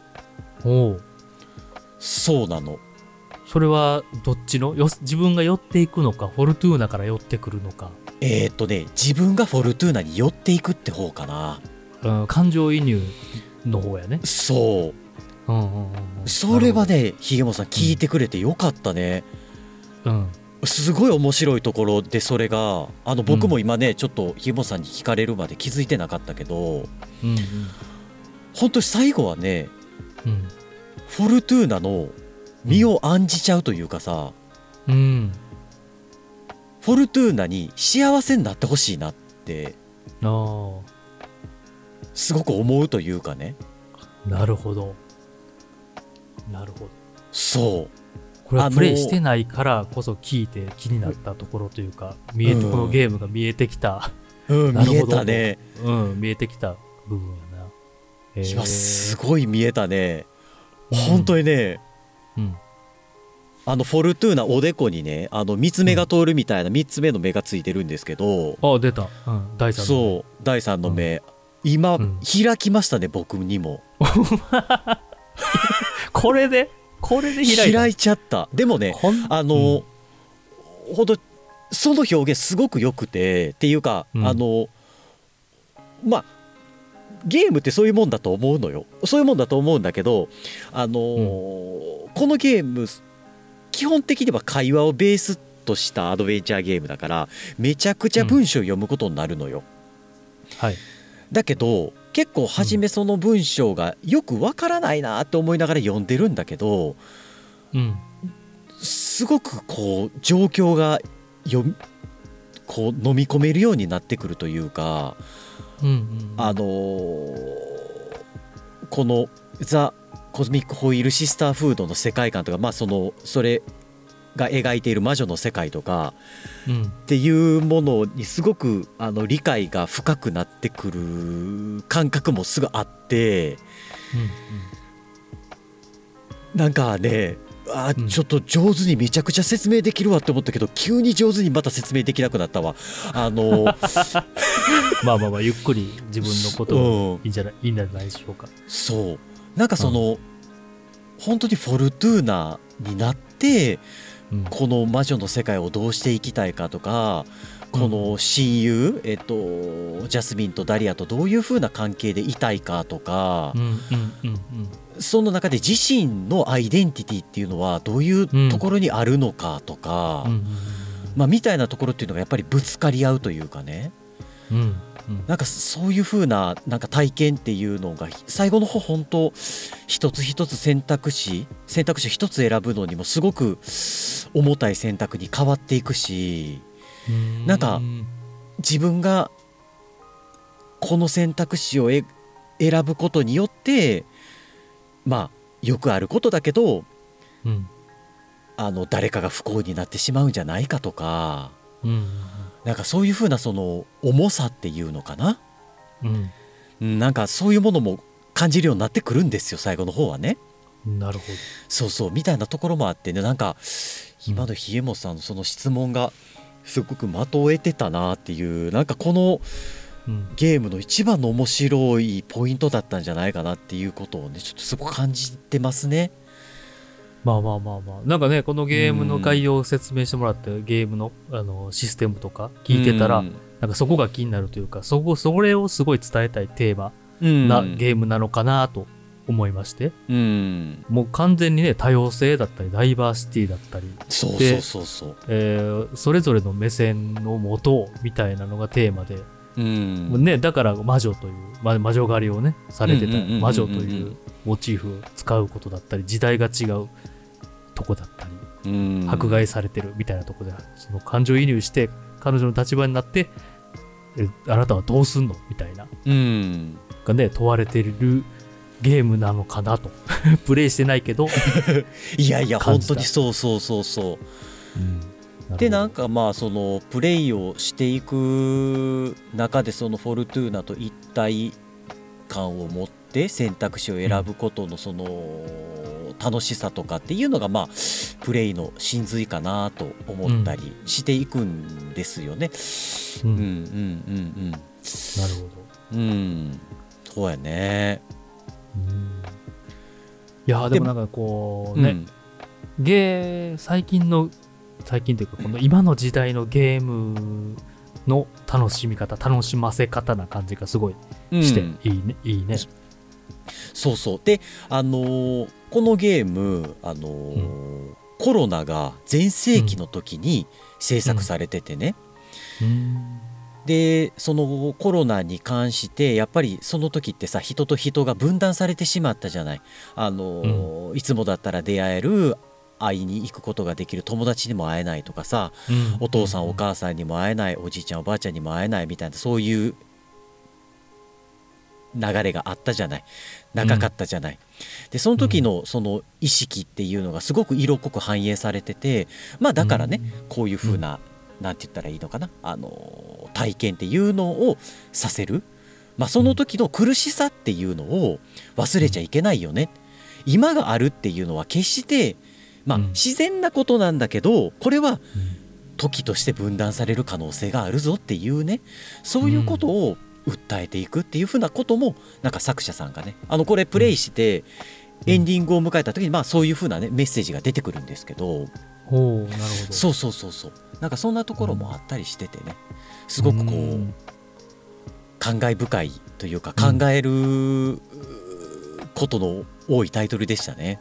そうなの。 それはどっちの自分が寄っていくのか、フォルトゥーナから寄ってくるのか。 自分がフォルトゥーナに寄っていくって方かな。 感情移入の方やね。 そう。それはね、ひげもさん聞いてくれてよかったね。すごい面白いところで、それが僕も今ね、ちょっとひげもさんに聞かれるまで気づいてなかったけど、本当に最後はね、フォルトゥーナの身を案じちゃうというかさ、フォルトゥーナに幸せになってほしいなってすごく思うというかね。 なるほど。 そう。 これはプレイしてないからこそ聞いて気になったところというか、このゲームが見えてきた。 見えたね。 見えてきた部分やな。 今すごい見えたね。本当にね。フォルトゥーナおでこにね、3つ目が通るみたいな3つ目の目がついてるんですけど、 出た、第3の目。 そう、第3の目、今、開きましたね、僕にも。 これで開いちゃった。でもね、本当その表現すごくよくて、っていうか、まあゲームってそういうもんだと思うのよ。そういうもんだと思うんだけど、このゲーム基本的には会話をベースとしたアドベンチャーゲームだから、めちゃくちゃ文章を読むことになるのよ。だけど結構初めその文章がよくわからないなって思いながら読んでるんだけど、すごくこう状況がこう飲み込めるようになってくるというか、このザ・コズミック・ホイール・シスターフードの世界観とか、それが描いている魔女の世界とか、っていうものにすごく理解が深くなってくる感覚もすぐあって、なんかね、ちょっと上手にめちゃくちゃ説明できるわって思ったけど、急に上手にまた説明できなくなったわ。 まあゆっくり自分のことをいいんじゃないでしょうか。 そう、なんか本当にフォルトゥーナになって、この魔女の世界をどうしていきたいかとか、この親友、ジャスミンとダリアとどういう風な関係でいたいかとか、その中で自身のアイデンティティっていうのはどういうところにあるのかとか、みたいなところっていうのがやっぱりぶつかり合うというかね、なんかそういう風ななんか体験っていうのが最後の方本当一つ一つ選択肢一つ選ぶのにもすごく重たい選択に変わっていくし、なんか自分がこの選択肢を選ぶことによって、よくあることだけど、誰かが不幸になってしまうんじゃないかとか、なんかそういう風なその重さっていうのかな、なんかそういうものも感じるようになってくるんですよ、最後の方はね。 なるほど。 そうみたいなところもあってね、なんか今のひえもさんのその質問がすごく的を得てたなっていう、なんかこのゲームの一番の面白いポイントだったんじゃないかなっていうことをね、ちょっとすごく感じてますね。 なんかね、このゲームの概要を説明してもらってゲームの、システムとか聞いてたら、なんかそこが気になるというか、それをすごい伝えたいテーマなゲームなのかなと思いまして、もう完全にね、多様性だったりダイバーシティだったり、それぞれの目線のもとみたいなのがテーマで、だから魔女という、魔女狩りをねされてた魔女というモチーフを使うことだったり、時代が違うとこだったり、迫害されてるみたいなとこで、その感情移入して彼女の立場になって、あなたはどうすんのみたいな、がね問われているゲームなのかなとプレイしてないけどいや本当にそう、 でなんかまあそのプレイをしていく中でそのフォルトゥーナと一体感を持って選択肢を選ぶことのその楽しさとかっていうのがまあプレイの真髄かなと思ったりしていくんですよね。うんうんうんうん。なるほど。 そうやね。 いやでもなんかこうね、最近というかこの今の時代のゲームの楽しみ方、楽しませ方な感じがすごいしていいね、いいね。 そうそう。でこのゲームコロナが全盛期の時に制作されててね、でそのコロナに関してやっぱりその時ってさ、人と人が分断されてしまったじゃない。いつもだったら出会える、会いに行くことができる友達にも会えないとかさ、お父さんお母さんにも会えない、おじいちゃんおばあちゃんにも会えないみたいな、そういう流れがあったじゃない、長かったじゃない。でその時のその意識っていうのがすごく色濃く反映されてて、まあだからね、こういう風な、なんて言ったらいいのかな、体験っていうのをさせる、まあその時の苦しさっていうのを忘れちゃいけないよね。今があるっていうのは決してまあ自然なことなんだけど、これは時として分断される可能性があるぞっていうね、そういうことを訴えていくっていうふうなこともなんか作者さんがね、これプレイしてエンディングを迎えた時にまあそういうふうなねメッセージが出てくるんですけど、 なるほど。 そうそうそうそう、なんかそんなところもあったりしててね、すごくこう感慨深いというか考えることの多いタイトルでしたね。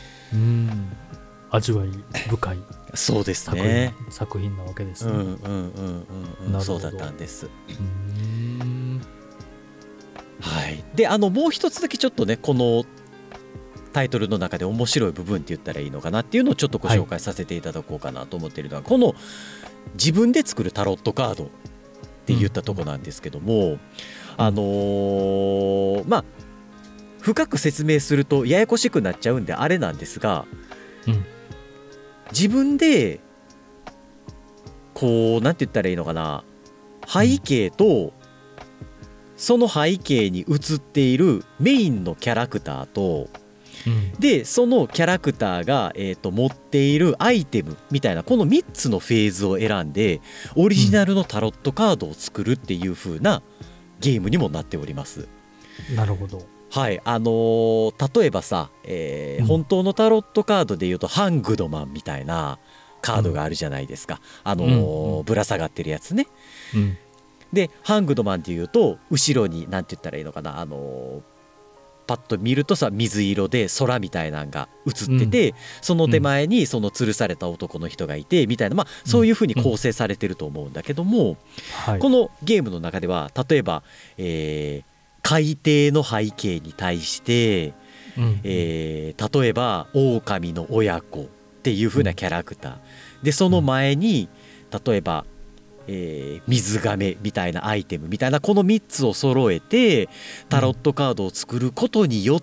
味わい深い、 そうですね、 作品なわけですね。 そうだったんです。はい。でもう一つだけちょっとね、このタイトルの中で面白い部分って言ったらいいのかなっていうのをちょっとご紹介させていただこうかなと思っているのは、この自分で作るタロットカードって言ったとこなんですけども、まあ深く説明するとややこしくなっちゃうんであれなんですが、自分でこうなんて言ったらいいのかな、背景とその背景に映っているメインのキャラクターと、でそのキャラクターが、持っているアイテムみたいな、この3つのフェーズを選んでオリジナルのタロットカードを作るっていう風なゲームにもなっております。 なるほど。 はい、例えばさ、本当のタロットカードでいうとハングドマンみたいなカードがあるじゃないですか、ぶら下がってるやつね。でハングドマンっていうと後ろに何て言ったらいいのかな、パッと見るとさ、水色で空みたいなのが映ってて、その手前にその吊るされた男の人がいてみたいな、まあそういう風に構成されてると思うんだけども、このゲームの中では例えば、海底の背景に対して、例えば狼の親子っていう風なキャラクターで、その前に例えば、水亀みたいなアイテムみたいな、この3つを揃えてタロットカードを作ることによって、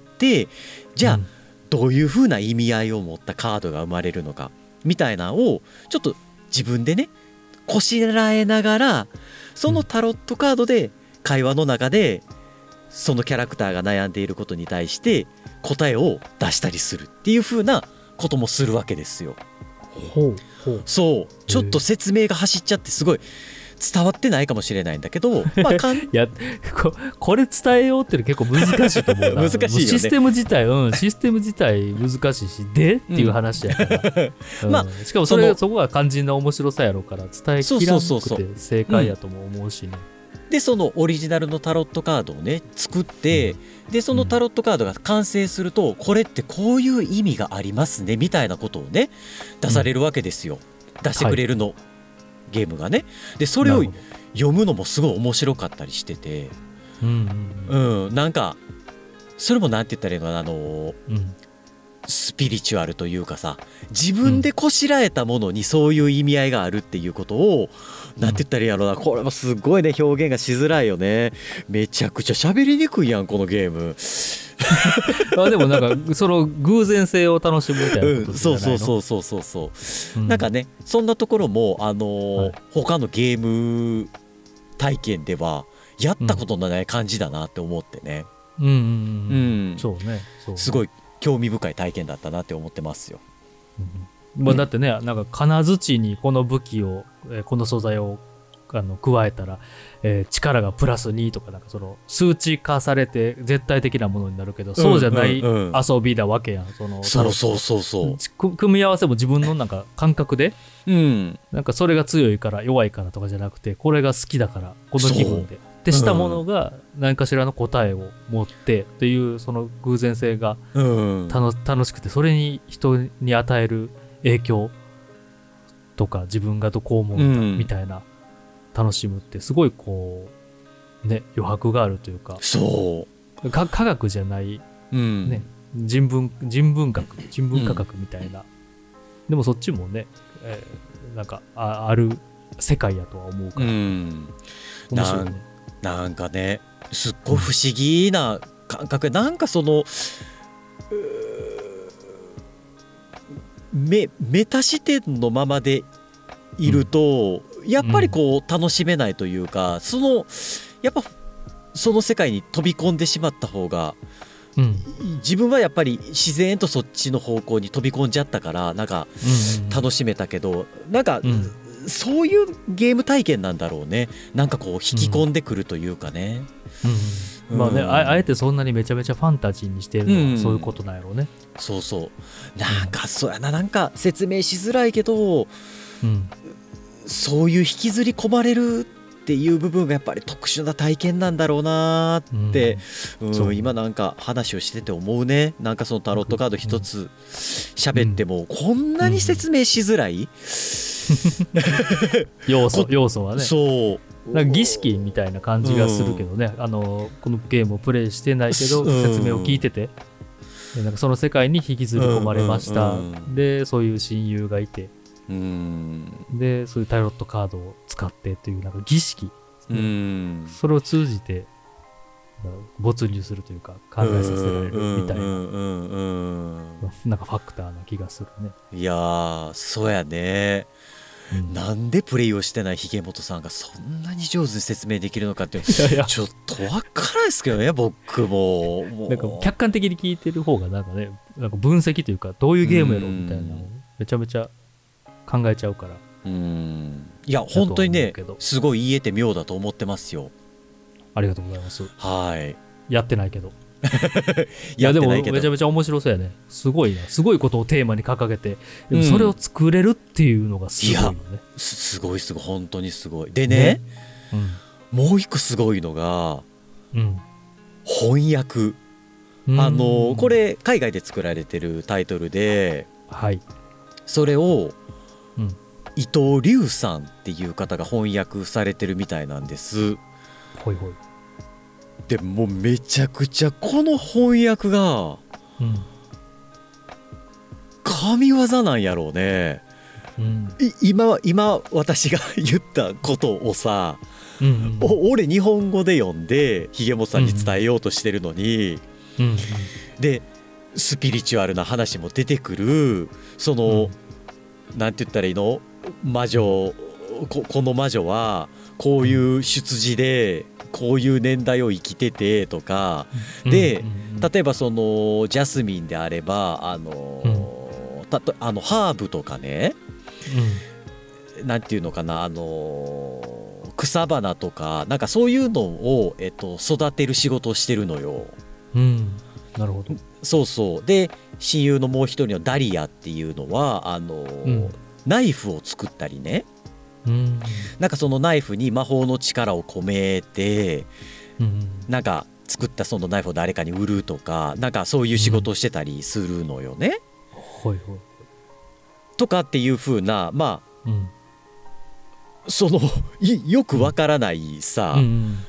じゃあどういう風な意味合いを持ったカードが生まれるのかみたいなのをちょっと自分でねこしらえながら、そのタロットカードで会話の中でそのキャラクターが悩んでいることに対して答えを出したりするっていう風なこともするわけですよ。そう、ちょっと説明が走っちゃってすごい伝わってないかもしれないんだけど、まあ、いやこれ伝えようって結構難しいと思うな。 難しいよね。 システム自体難しいし、でっていう話やから、まあ、しかもそこが肝心な面白さやろうから伝えきらなくて正解やとも思うしね。 でそのオリジナルのタロットカードをね作って、でそのタロットカードが完成すると、これってこういう意味がありますねみたいなことをね出されるわけですよ。出してくれるの、ゲームがね。でそれを読むのもすごい面白かったりしてて、なんかそれもなんて言ったらいいのかな、スピリチュアルというかさ、自分でこしらえたものにそういう意味合いがあるっていうことを、なんて言ったらいいやろうな、これもすごいね表現がしづらいよね。めちゃくちゃ喋りにくいやんこのゲーム。 でもなんかその偶然性を楽しむみたいなことじゃないの？ そう、なんかねそんなところも他のゲーム体験ではやったことのない感じだなって思ってね。 そうね。 すごい興味深い体験だったなって思ってますよ。 だってね、なんか金槌にこの武器をこの素材を加えたら、力がプラス2とか、なんかその数値化されて絶対的なものになるけど、そうじゃない遊びだわけやん。そう組み合わせも自分のなんか感覚で、なんかそれが強いから弱いからとかじゃなくて、これが好きだからこの気分でってしたものが何かしらの答えを持ってっていう、その偶然性が楽しくて、それに人に与える影響とか自分がこう思うみたいな楽しむってすごいこうね余白があるというか、 そう科学じゃない、ね、人文科学みたいな、でもそっちもね、なんかある世界やとは思うから、面白いね。 なんかねすっごい不思議な感覚、なんかそのメタ視点のままでいると、やっぱりこう楽しめないというか、やっぱその世界に飛び込んでしまった方が、自分はやっぱり自然とそっちの方向に飛び込んじゃったから、なんか楽しめたけど、なんかそういうゲーム体験なんだろうね。なんかこう引き込んでくるというかね。 まあね、あえてそんなにめちゃめちゃファンタジーにしてるのはそういうことなんやろうね。 なんかそうやな、なんか説明しづらいけど、そういう引きずり込まれるっていう部分がやっぱり特殊な体験なんだろうなって、今なんか話をしてて思うね。なんかそのタロットカード一つ喋ってもこんなに説明しづらい要素はね。なんか儀式みたいな感じがするけどね、このゲームをプレイしてないけど説明を聞いてて、なんかその世界に引きずり込まれました、でそういう親友がいて、でそういうタロットカードを使ってというなんか儀式、それを通じて没入するというか考えさせられるみたいな、なんかファクターな気がするね。 いやーそうやね。なんでプレイをしてないひげもとさんがそんなに上手に説明できるのかってちょっとわからないですけどね。僕もなんか客観的に聞いてる方がなんかね、なんか分析というかどういうゲームやろみたいなのをめちゃめちゃ考えちゃうから。 いや本当にねすごい言えて妙だと思ってますよ。 ありがとうございます。 はい。 やってないけどいやでもめちゃめちゃ面白そうやね。すごいな、すごいことをテーマに掲げて、でもそれを作れるっていうのがすごいよね。 すごい本当にすごい。でね、もう一個すごいのが、翻訳。これ海外で作られてるタイトルで、それを、伊藤龍さんっていう方が翻訳されてるみたいなんです。でもうめちゃくちゃこの翻訳が神業なんやろうね。今私が言ったことをさ、俺日本語で読んでひげもさんに伝えようとしてるのに、でスピリチュアルな話も出てくる、その、なんて言ったらいいの、魔女、この魔女はこういう出自でこういう年代を生きててとかで、例えばそのジャスミンであればハーブとかね、なんていうのかな、草花とかなんかそういうのを、育てる仕事をしてるのよ。 なるほど。 そうで親友のもう一人のダリアっていうのはナイフを作ったりね、なんかそのナイフに魔法の力を込めて、なんか作ったそのナイフを誰かに売るとか、なんかそういう仕事をしてたりするのよね。とかっていう風な、まあ、そのよくわからないさ、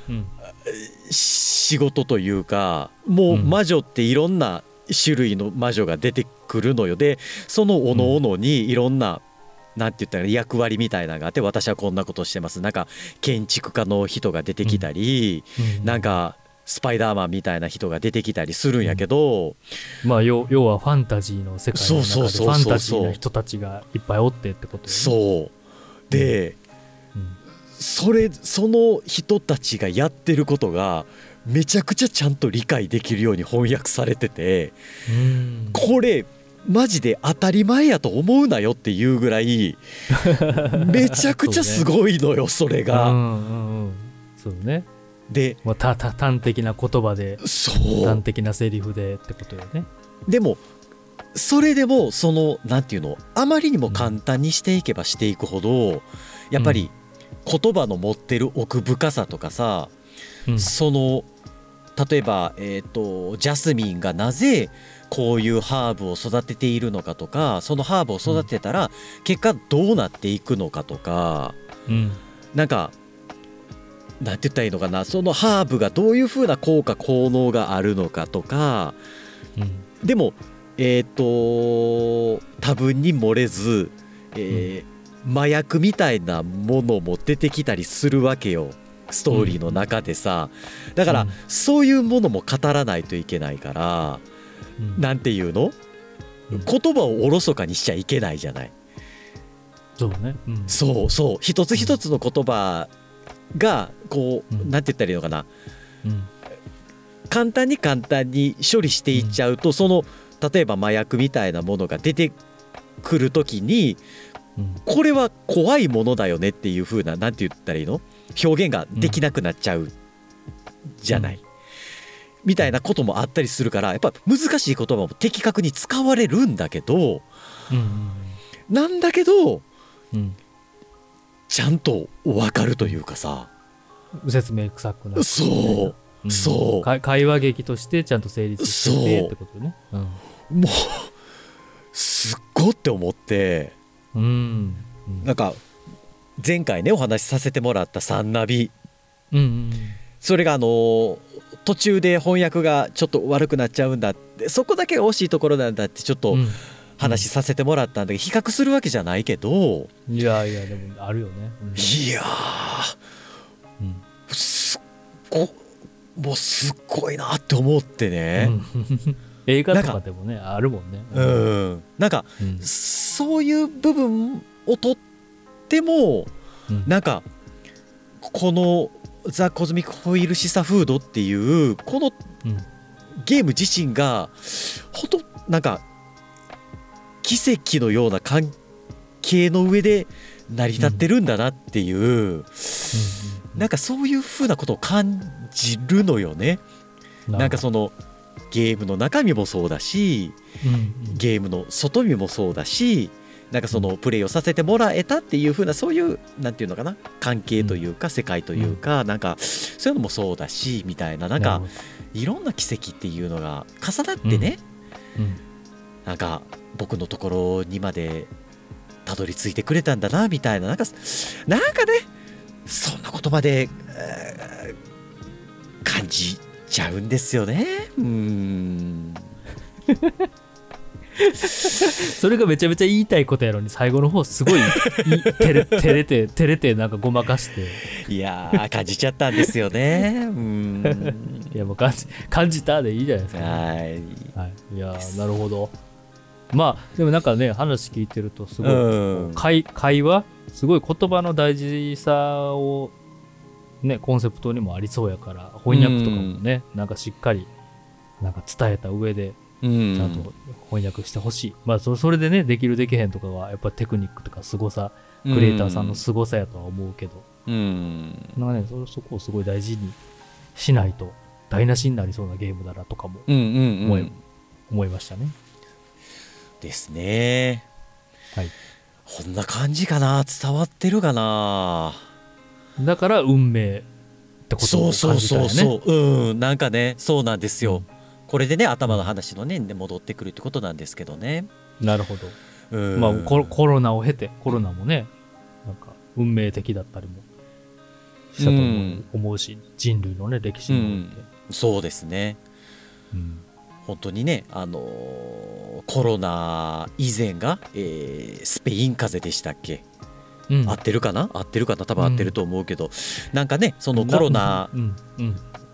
仕事というか、もう魔女っていろんな種類の魔女が出てくるのよ。でそのおのおのにいろんな、なんて言ったら役割みたいなのがあって、私はこんなことしてます、なんか建築家の人が出てきたり、なんかスパイダーマンみたいな人が出てきたりするんやけど、 まあ要はファンタジーの世界の中でファンタジーな人たちがいっぱいおってってことよね。 そうで、その人たちがやってることがめちゃくちゃちゃんと理解できるように翻訳されてて、これマジで当たり前やと思うなよっていうぐらいめちゃくちゃすごいのよそれが。 そうね。 で、 端的な言葉で端的なセリフでってことよね。 でもそれでもそのなんていうの、あまりにも簡単にしていけばしていくほどやっぱり言葉の持ってる奥深さとかさ、その例えば、ジャスミンがなぜこういうハーブを育てているのかとか、そのハーブを育てたら結果どうなっていくのかとか、なんかなんて言ったらいいのかな、そのハーブがどういう風な効果効能があるのかとか、でも多分に漏れず、麻薬みたいなものも出てきたりするわけよストーリーの中でさ。だから、そういうものも語らないといけないから、なんていうの、言葉をおろそかにしちゃいけないじゃない。 そうね、 そう一つ一つの言葉がこう、なんて言ったらいいのかな、簡単に処理していっちゃうと、その例えば麻薬みたいなものが出てくるときに、これは怖いものだよねっていう風な、なんて言ったらいいの、表現ができなくなっちゃうじゃない、みたいなこともあったりするから、やっぱ難しい言葉も的確に使われるんだけど、なんだけど、ちゃんと分かるというかさ、 説明臭くなる、 そう、 会話劇としてちゃんと成立しててってことね。 もうすっごって思って、なんか前回ねお話しさせてもらったサンナビ、それが途中で翻訳がちょっと悪くなっちゃうんだって、そこだけが惜しいところなんだってちょっと話させてもらったんだけど、比較するわけじゃないけど、 いやでもあるよね。 いやもうすっごいなって思ってね。 映画とかでもねあるもんね。 なんか、そういう部分をとっても、なんかこのザ・コズミック・ホイールシサフードっていうこのゲーム自身がほんとなんか奇跡のような関係の上で成り立ってるんだなっていう、なんかそういう風なことを感じるのよね。なんかそのゲームの中身もそうだし、ゲームの外身もそうだし、なんかそのプレイをさせてもらえたっていう風な、そういうなんていうのかな、関係というか世界というか、なんかそういうのもそうだしみたいな、なんかいろんな奇跡っていうのが重なってね、なんか僕のところにまでたどり着いてくれたんだなみたいな、なんかね、そんな言葉で感じちゃうんですよね。 それがめちゃめちゃ言いたいことやのに、最後の方すごい照れてなんかごまかして、 いや感じちゃったんですよね。 いやもう感じたでいいじゃないですか。はい、いやなるほど。まあでもなんかね話聞いてるとすごい、会話すごい言葉の大事さをねコンセプトにもありそうやから、翻訳とかもねなんかしっかりなんか伝えた上でちゃんと翻訳してほしい。まあそれでねできるできへんとかはやっぱテクニックとか凄さ、クリエイターさんの凄さやとは思うけど、なんかねそこをすごい大事にしないと台無しになりそうなゲームだなとかも思いましたね。 ですね。 はい。 こんな感じかな、伝わってるかな。 だから運命ってことを感じたよね。 そう、なんかね、そうなんですよ。これでね頭の話のね戻ってくるってことなんですけどね。 なるほど。まあコロナを経て、コロナもねなんか運命的だったりもしたと思うし、人類のね歴史において、 そうですね。本当にね、コロナ以前が、スペイン風邪でしたっけ、合ってるかな多分合ってると思うけど、なんかねそのコロナ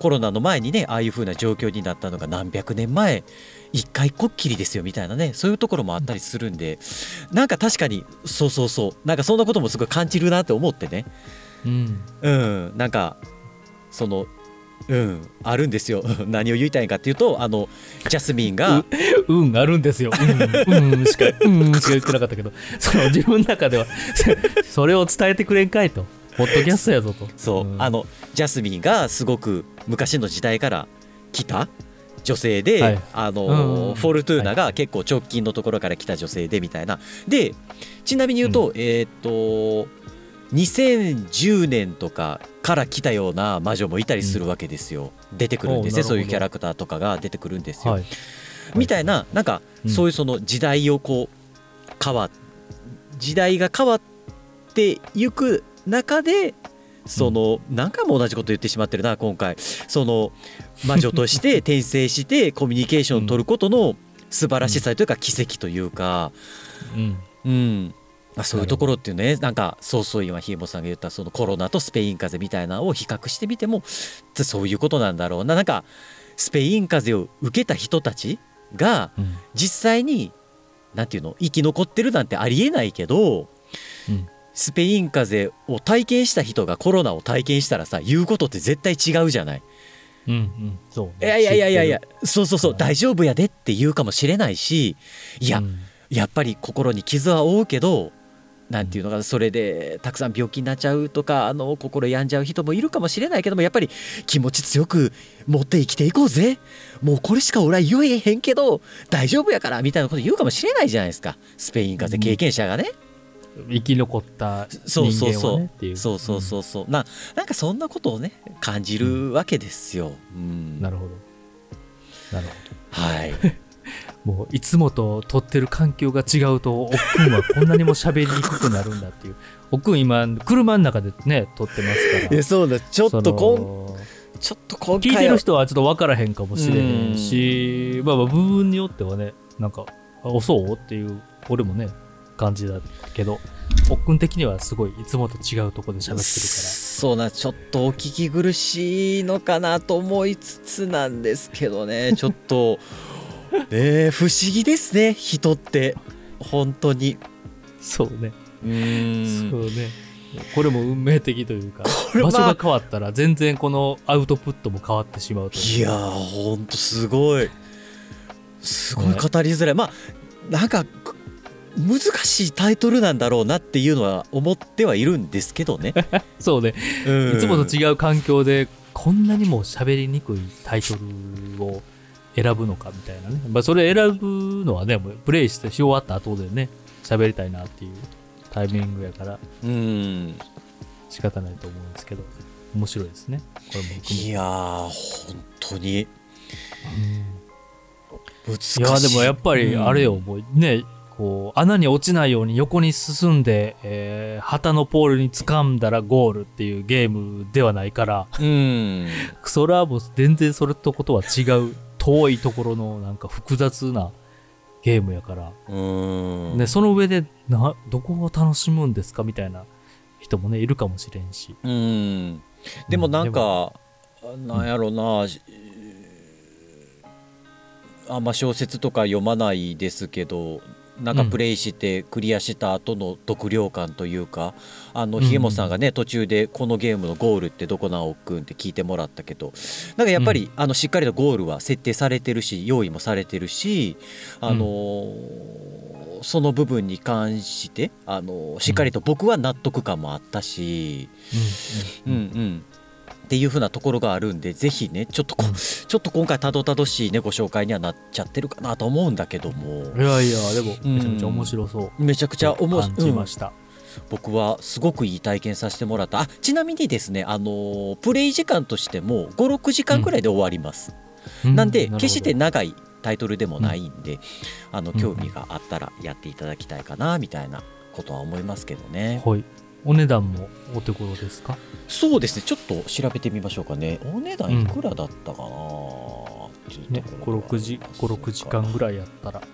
コロナの前にねああいう風な状況になったのが何百年前一回こっきりですよみたいなね、そういうところもあったりするんで、なんか確かにそうなんかそんなこともすごい感じるなって思ってね、なんかそのあるんですよ何を言いたいかっていうと、ジャスミンがあるんですよしか言ってなかったけど、その自分の中ではそれを伝えてくれんかいと、ポッドキャストやぞと。 そう、ジャスミンがすごく昔の時代から来た女性で、フォルトゥーナが結構直近のところから来た女性でみたいな。でちなみに言うと、2010年とかから来たような魔女もいたりするわけですよ、出てくるんですね、そういうキャラクターとかが出てくるんですよ、みたいな、なんかそういうその時代をこう時代が変わっていく中で、その何回も同じこと言ってしまってるな今回、その魔女として転生してコミュニケーションを取ることの素晴らしさというか奇跡というか、そういうところっていうね、なんか今ひえもさんが言ったそのコロナとスペイン風邪みたいなのを比較してみてもそういうことなんだろうな。なんかスペイン風邪を受けた人たちが実際になんていうの生き残ってるなんてありえないけど、スペイン風邪を体験した人がコロナを体験したらさ、言うことって絶対違うじゃない。 そう、 いやそう大丈夫やでって言うかもしれないし、やっぱり心に傷は負うけど、なんていうのかな、それでたくさん病気になっちゃうとか心病んじゃう人もいるかもしれないけども、やっぱり気持ち強く持って生きていこうぜ、もうこれしか俺は言えへんけど大丈夫やからみたいなこと言うかもしれないじゃないですか、スペイン風邪経験者がね、 生き残った人間はねっていう、 なんかそんなことをね感じるわけですよ。 なるほどはい。 もういつもと撮ってる環境が違うとおっくんはこんなにも喋りにくくなるんだっていう。おっくん今車の中でね撮ってますから。 そうだ、ちょっと今回聞いてる人はちょっと分からへんかもしれへんし、部分によってはね、なんかそうっていう俺もね感じだけど、おっくん的にはすごいいつもと違うところで喋ってるから、 そうな、ちょっとお聞き苦しいのかなと思いつつなんですけどね、ちょっと不思議ですね、人って本当に。 そうね、これも運命的というか、場所が変わったら全然このアウトプットも変わってしまうという。 いやー本当すごい語りづらい、なんか難しいタイトルなんだろうなっていうのは思ってはいるんですけどねそうね、いつもと違う環境でこんなにも喋りにくいタイトルを選ぶのかみたいなね、それ選ぶのはねプレイしてし終わった後でね喋りたいなっていうタイミングやから仕方ないと思うんですけど、面白いですねこれも。 いやー本当に難しい。 いやでもやっぱりあれよ、もうねこう穴に落ちないように横に進んで、旗のポールに掴んだらゴールっていうゲームではないから、それはもう全然それとことは違う遠いところのなんか複雑なゲームやから、ね、その上でどこを楽しむんですかみたいな人もねいるかもしれんし、 でもなんか、なんやろな、小説とか読まないですけど、なんかプレイしてクリアした後の読量感というか、ひげもさんがね途中でこのゲームのゴールってどこなおくんって聞いてもらったけど、なんかやっぱり、しっかりとゴールは設定されてるし用意もされてるし、その部分に関してしっかりと僕は納得感もあったし、っていう風なところがあるんで、ぜひねちょっと今回たどたどしいねご紹介にはなっちゃってるかなと思うんだけども、 いやでもめちゃめちゃ面白そう、 めちゃくちゃ面白い感じました、 僕はすごくいい体験させてもらった。ちなみにですねプレイ時間としても 5,6 時間くらいで終わります、なんで決して長いタイトルでもないんで、興味があったらやっていただきたいかなみたいなことは思いますけどね。 はい。お値段もお手頃ですか？ そうですね、ちょっと調べてみましょうかね。お値段いくらだったかな、 5,6 時間ぐらいやったら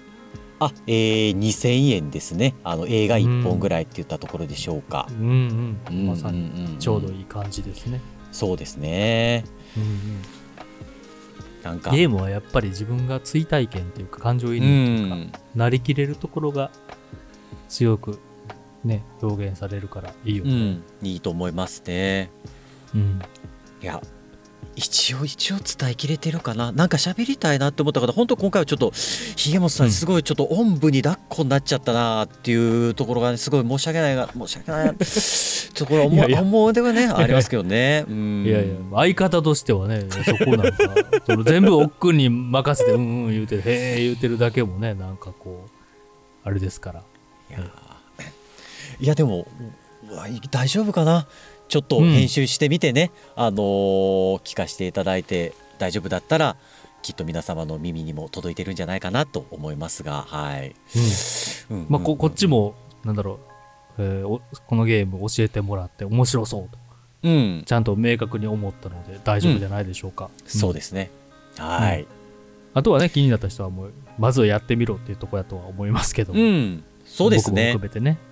2000円ですね。映画1本ぐらいって言ったところでしょうか。 まさにちょうどいい感じですね。 そうですね、 うんうん、なんかゲームはやっぱり自分が追体験というか感情移入というか、なりきれるところが強くね表現されるからいいよね、 いいと思いますね。いや一応伝えきれてるかな。なんか喋りたいなって思ったから、本当今回はちょっとひげもとさんすごいちょっとおんぶに抱っこになっちゃったなっていうところが、ね、すごい申し訳ないところ思うではねありますけどね。 いや相方としてはね、そこなんかその全部おっくんに任せて言うてるへえ言うてるだけもね、なんかこうあれですから。 いやでも大丈夫かな。ちょっと編集してみてね、聞かせていただいて大丈夫だったらきっと皆様の耳にも届いてるんじゃないかなと思いますが、はい、 まあこっちもなんだろう、このゲーム教えてもらって面白そうと、ちゃんと明確に思ったので大丈夫じゃないでしょうか。 そうですね、はい、 あとはね気になった人はもうまずはやってみろっていうところだとは思いますけども、 そうですね、 僕も含めてね、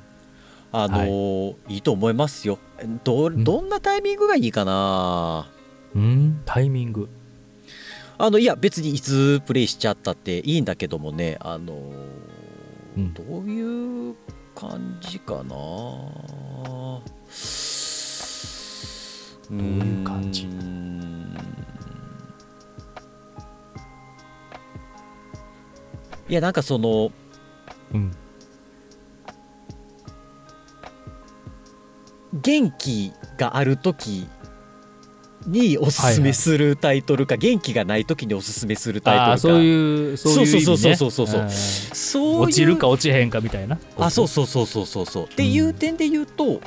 いいと思いますよ。どんなタイミングがいいかな。 タイミング、 いや別にいつプレイしちゃったっていいんだけどもね、どういう感じかな。どういう感じ。 いやなんかその元気がある時におすすめするタイトルか、元気がない時におすすめするタイトルか、 そういう意味ね。 そう落ちるか落ちへんかみたいな。 そうっていう点で言うと、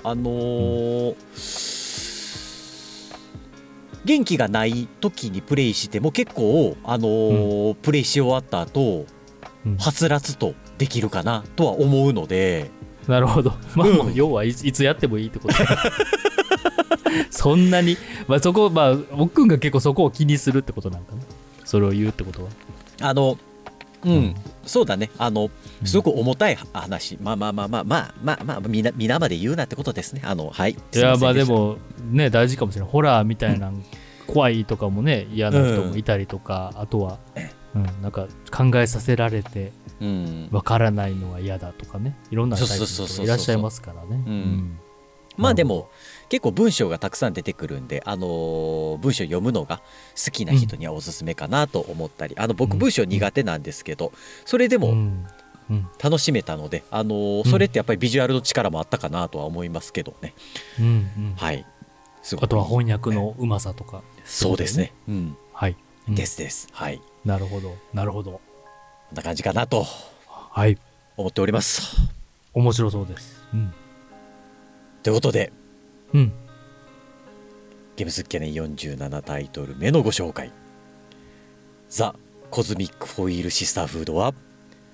元気がない時にプレイしても結構プレイし終わった後はつらつとできるかなとは思うので。 なるほど。まあ、要はいつやってもいいってことそんなに、そこ、おっくんが結構そこを気にするってことなんかな。それを言うってことは。 そうだね。すごく重たい話。皆まで言うなってことですね。はい。 いや、でも、ね、大事かもしれない。ホラーみたいな、怖いとかもね、嫌な人もいたりとか、あとは、なんか考えさせられて、わからないのは嫌だとかね、いろんなタイプの人いらっしゃいますからね。 でも結構文章がたくさん出てくるんで、文章読むのが好きな人にはおすすめかなと思ったり、僕文章苦手なんですけど、それでも楽しめたので、それってやっぱりビジュアルの力もあったかなとは思いますけどね。はい。 あとは翻訳のうまさとか。 そうですね。 はい。 です。はい。 なるほど。 こんな感じかなと思っております。 面白そうです。 ということで、 ゲームスキャネン47タイトル目のご紹介、ザ・コズミック・フォイール・シスターフードは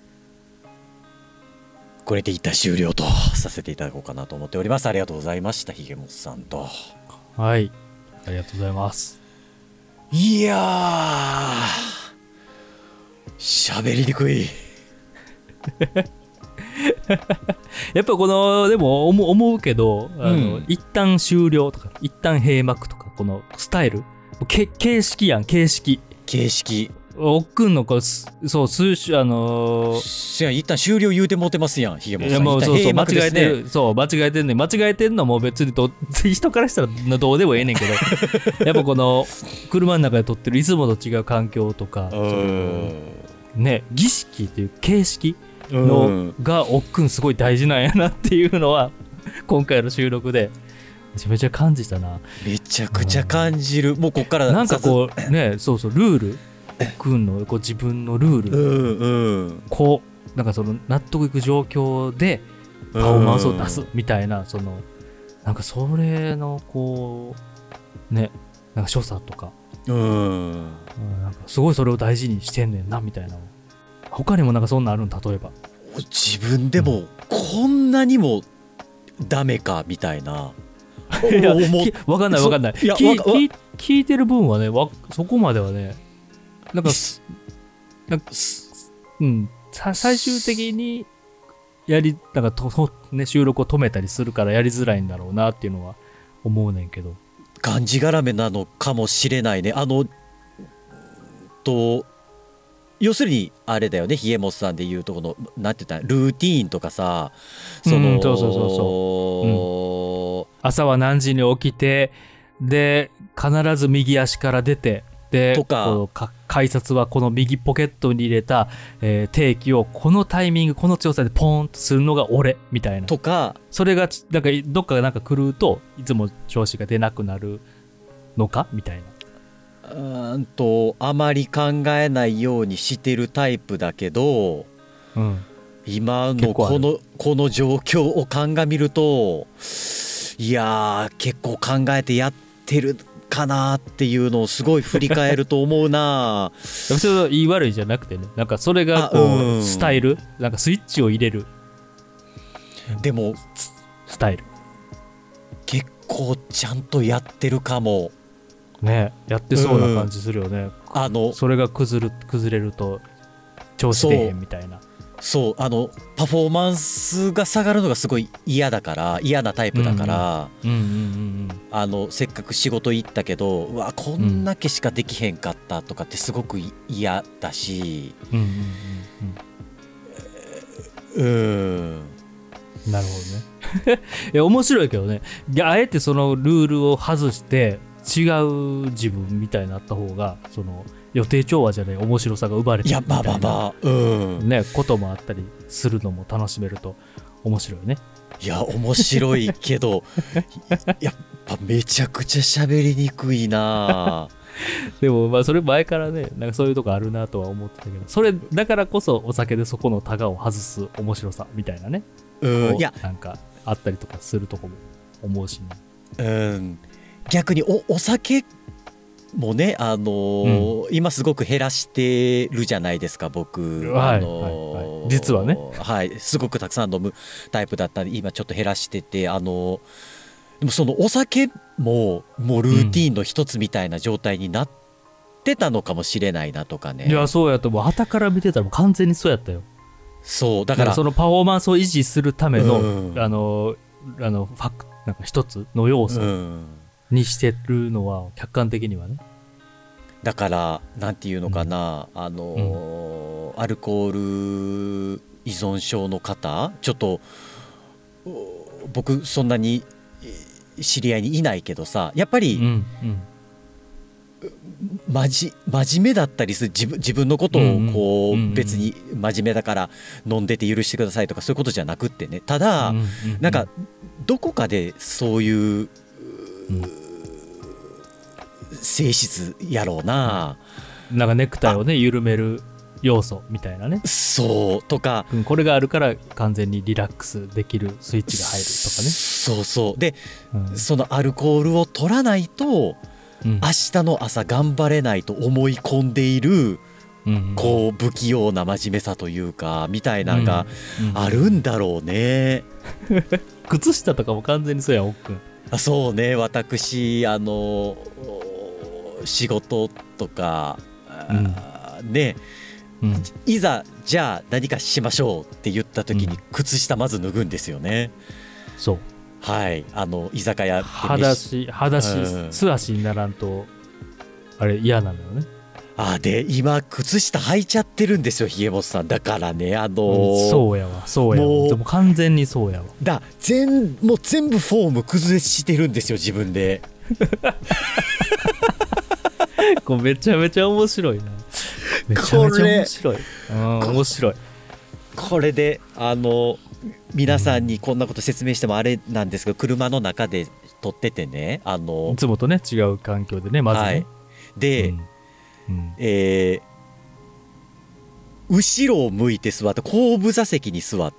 これで一旦終了とさせていただこうかなと思っております。ありがとうございました、ひげもっさんと。 はい、ありがとうございます。 いや喋りにくいやっぱこのでも思うけど、一旦終了とか一旦閉幕とか、このスタイル形式やん、形式おっくんのこうそう数種一旦終了言うてもてますやん、ひげもさん。 間違えてる。間違えてんねん。間違えてんのも別に人からしたらどうでもええねんけどやっぱこの車の中で撮ってるいつもと違う環境とか、ね、儀式っていう形式のがおっくんすごい大事なんやなっていうのは今回の収録でめちゃめちゃ感じたな。 めちゃくちゃ感じる。もうこっからなんかこうね、ルールおっくんのこう自分のルール、こうなんかその納得いく状況でパフォーマンスを出すみたいな、なんかそれのこうね、なんか所作とか、なんかすごいそれを大事にしてんねんなみたいな。他にもなんかそんなあるん、例えば自分でもこんなにもダメかみたいな。 わかんない聞いてる分はね、そこまではね、なんか最終的になんか収録を止めたりするからやりづらいんだろうなっていうのは思うねんけど、 がんじがらめなのかもしれないね。要するにあれだよね、ひげもっさんでいうとこのなんて言ったらルーティーンとかさ、 朝は何時に起きて、で必ず右足から出て、でとか改札はこの右ポケットに入れた、定期をこのタイミングこの調査でポーンとするのが俺みたいなとか、 それがなんかどっかなんか狂うといつも調子が出なくなるのかみたいな。 あまり考えないようにしてるタイプだけど、今のこの状況を鑑みると、いや結構考えてやってるかなっていうのをすごい振り返ると思うな。 それは言い悪いじゃなくてね、なんかそれがこう、スタイル、なんかスイッチを入れる、 でもスタイル結構ちゃんとやってるかもね。やってそうな感じするよね。それが崩れると調子出へんみたいな。 そうパフォーマンスが下がるのがすごい嫌なタイプだから、せっかく仕事行ったけど、うわこんだけしかできへんかったとかってすごく嫌だし、 なるほどね。いや面白いけどね。あえてそのルールを外して違う自分みたいになった方が、その予定調和じゃない面白さが生まれてるみたいなね、こともあったりするのも楽しめると面白いね。 いや面白いけどやっぱめちゃくちゃ喋りにくいな。 でもまあそれ前からね、なんかそういうとこあるなとは思ってたけど、それだからこそお酒でそこのタガを外す面白さみたいなね、いやなんかあったりとかするとこも思うしね。逆にお酒もね、今すごく減らしてるじゃないですか僕、実はね、すごくたくさん飲むタイプだったんで今ちょっと減らしてて、でもそのお酒もうルーティーンの一つみたいな状態になってたのかもしれないなとかね。 いやそうやともう傍から見てたらもう完全にそうやったよ。 そうだからそのパフォーマンスを維持するための、なんか一つの要素にしてるのは客観的にはね。 だからなんていうのかな、アルコール依存症の方、ちょっと僕そんなに知り合いにいないけどさ、やっぱり、真面目だったりする、自分のことをこう別に真面目だから飲んでて許してくださいとかそういうことじゃなくってね、ただなんかどこかでそういう性質やろうな、 なんかネクタイをね緩める要素みたいなね、 そうとか、 これがあるから完全にリラックスできるスイッチが入るとかね。 そうで、そのアルコールを取らないと、明日の朝頑張れないと思い込んでいる、こう不器用な真面目さというかみたいなのがあるんだろうね。 靴下とかも完全にそうやん、おっくん。 そうね、私仕事とか、ね、いざじゃあ何かしましょうって言った時に靴下まず脱ぐんですよね。 そう、 はい、居酒屋裸足素足にならんとあれ嫌なのよね。 で今靴下履いちゃってるんですよひげもっさん。だからねそうやわでも完全にそうやわ。 もう全部フォーム崩してるんですよ自分で。 これめちゃめちゃ面白いな。めちゃめちゃ面白い。面白い。 これで皆さんにこんなこと説明してもあれなんですけど、車の中で撮っててね、 いつもとね違う環境でね、まずね、 で、後ろを向いて座って、後部座席に座って、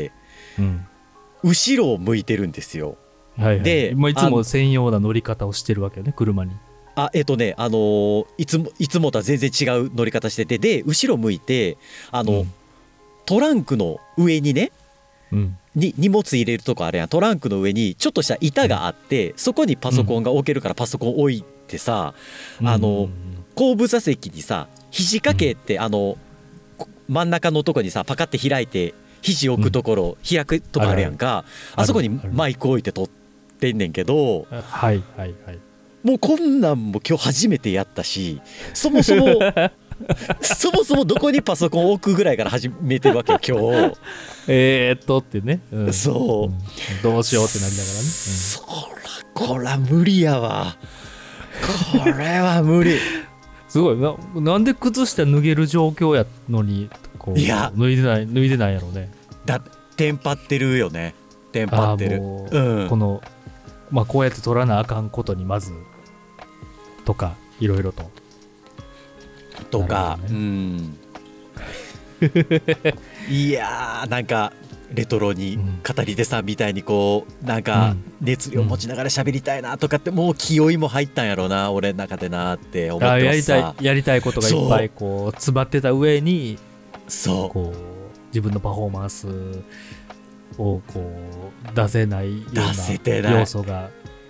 後ろを向いてるんですよ。 でいつも専用な乗り方をしてるわけよね、車に。 いつもとは全然違う乗り方してて、で後ろ向いてトランクの上にね、荷物入れるとこあれやん、トランクの上にちょっとした板があって、そこにパソコンが置けるからパソコン置いてさ、後部座席にさ肘掛けて、真ん中のとこにさパカって開いて肘置くところ、開くとこあるやんか、あそこにマイク置いて撮ってんねんけど、 もうこんなんも今日初めてやったし、そもそもどこにパソコンを置くぐらいから始めてるわけよ今日。 ってね、 そう、 どうしようってなりながらね、 こら無理やわ、これは無理。 すごいなんで靴下脱げる状況やのにこう、いや脱いでないやろうね。 テンパってるよね、テンパってる。このこうやって取らなあかんことにまずとかいろいろとか、いやーなんかレトロに語り手さんみたいにこうなんか熱量持ちながら喋りたいなとかって、もう気負いも入ったんやろうな俺の中でなって思ってますさ。 やりたいことがいっぱいこう詰まってた上に、 そうこう自分のパフォーマンスをこう出せないような要素が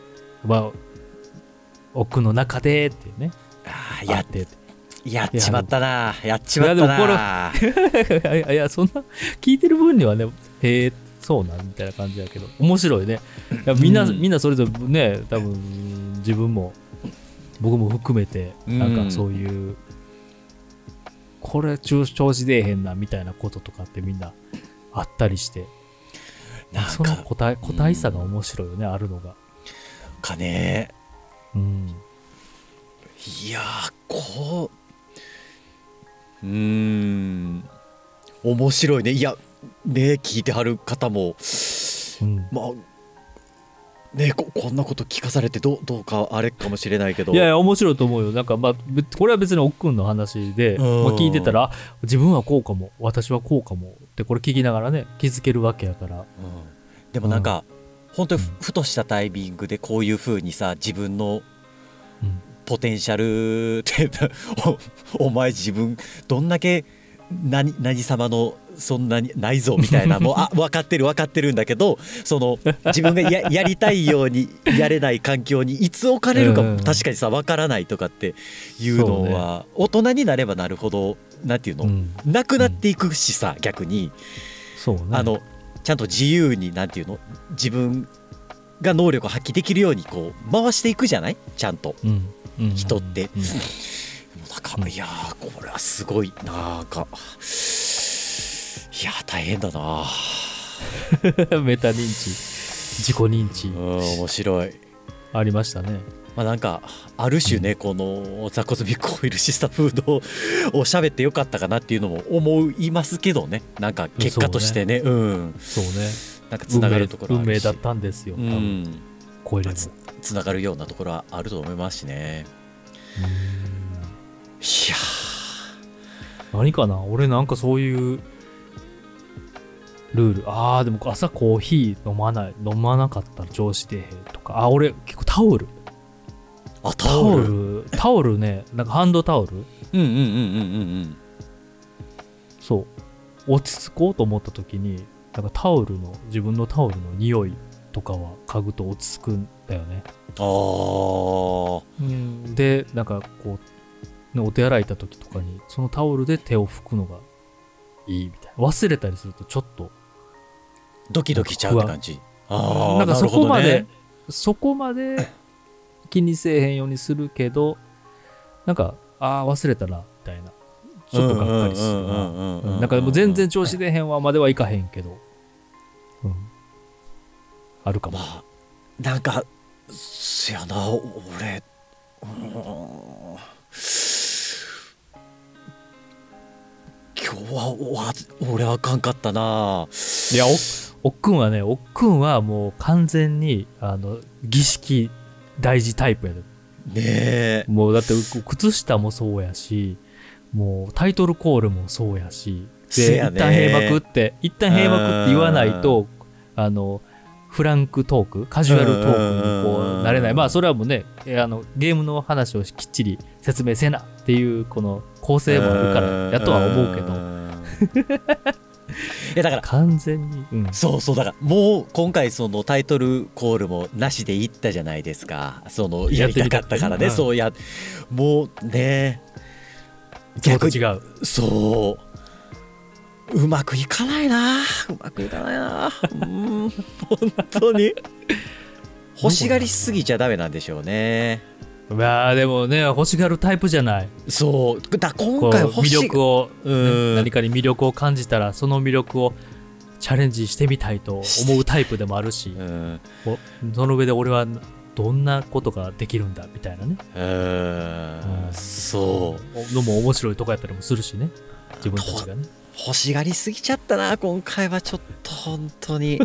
奥の中でっていうね、 やっちまったな。いやそんな聞いてる分にはね、そうなんみたいな感じだけど面白いね。みんなそれぞれね、多分自分も僕も含めてなんかそういう、これ調子出えへんなみたいなこととかってみんなあったりして、その個体差が面白いよね、あるのがかね。いや面白いね。いやね、聞いてはる方も、まあね、こんなこと聞かされてどうかあれかもしれないけど、 いや面白いと思うよ。なんかこれは別におっくんの話で、聞いてたら自分はこうかも私はこうかもってこれ聞きながらね気づけるわけやから、 でもなんか、本当にふとしたタイミングでこういう風にさ、自分のポテンシャルってお前自分どんだけ何様のそんなにないぞみたいな、もう分かってるんだけど、その自分が やりたいようにやれない環境にいつ置かれるかも確かにさ分からないとかっていうのは、大人になればなるほどなんていうの、なくなっていくしさ、逆にそうね、 ちゃんと自由になんていうの、自分が能力を発揮できるようにこう回していくじゃない、ちゃんと、人って、なんかいやこれはすごいなんか、いや大変だなメタ認知、自己認知、 面白い、 ありましたね。 なんかある種ね、このザコズミコイルシスタフードを喋ってよかったかなっていうのも思いますけどね、なんか結果としてね、 そうね、 なんかつながるところあるし、 運命だったんですよ、多分コイルもつながるようなところはあると思いますしね。いや何かな、俺なんかそういうルール、でも朝コーヒー飲まなかったら調子出へんとか、俺結構タオルね、なんかハンドタオル、そう落ち着こうと思った時になんか自分のタオルの匂いとかは嗅ぐと落ち着くんだよね。でなんかこうお手洗い行った時とかにそのタオルで手を拭くのがいいみたいな。忘れたりするとちょっとドキドキしちゃうって感じ。 なんかそこまで気にせえへんようにするけど、なんか忘れたなみたいな、ちょっとがっかりするな。なんかもう全然調子出へんわまではいかへんけど、あるかも。 なんかそやな、俺今日は俺あかんかったな。 いやおっくんはもう完全に儀式大事タイプやで。 ねえ、 もうだって靴下もそうやし、もうタイトルコールもそうやし、で一旦閉幕って言わないとフランクトーク、カジュアルトークにこうなれない。それはもうね、ゲームの話をきっちり説明せなっていうこの構成もあるからやとは思うけどだから完全に、 そうだからもう今回そのタイトルコールもなしでいったじゃないですか。そのやりたかったからね、もうね、 逆に違う、 うまくいかないな本当に欲しがりすぎちゃダメなんでしょうね。 まあでもね欲しがるタイプじゃない。 そうだ今回魅力を、ね、何かに魅力を感じたらその魅力をチャレンジしてみたいと思うタイプでもあるし、その上で俺はどんなことができるんだみたいなね、 そうのも面白いとこやったりもするしね、自分たちがね。 欲しがりすぎちゃったな今回はちょっと本当に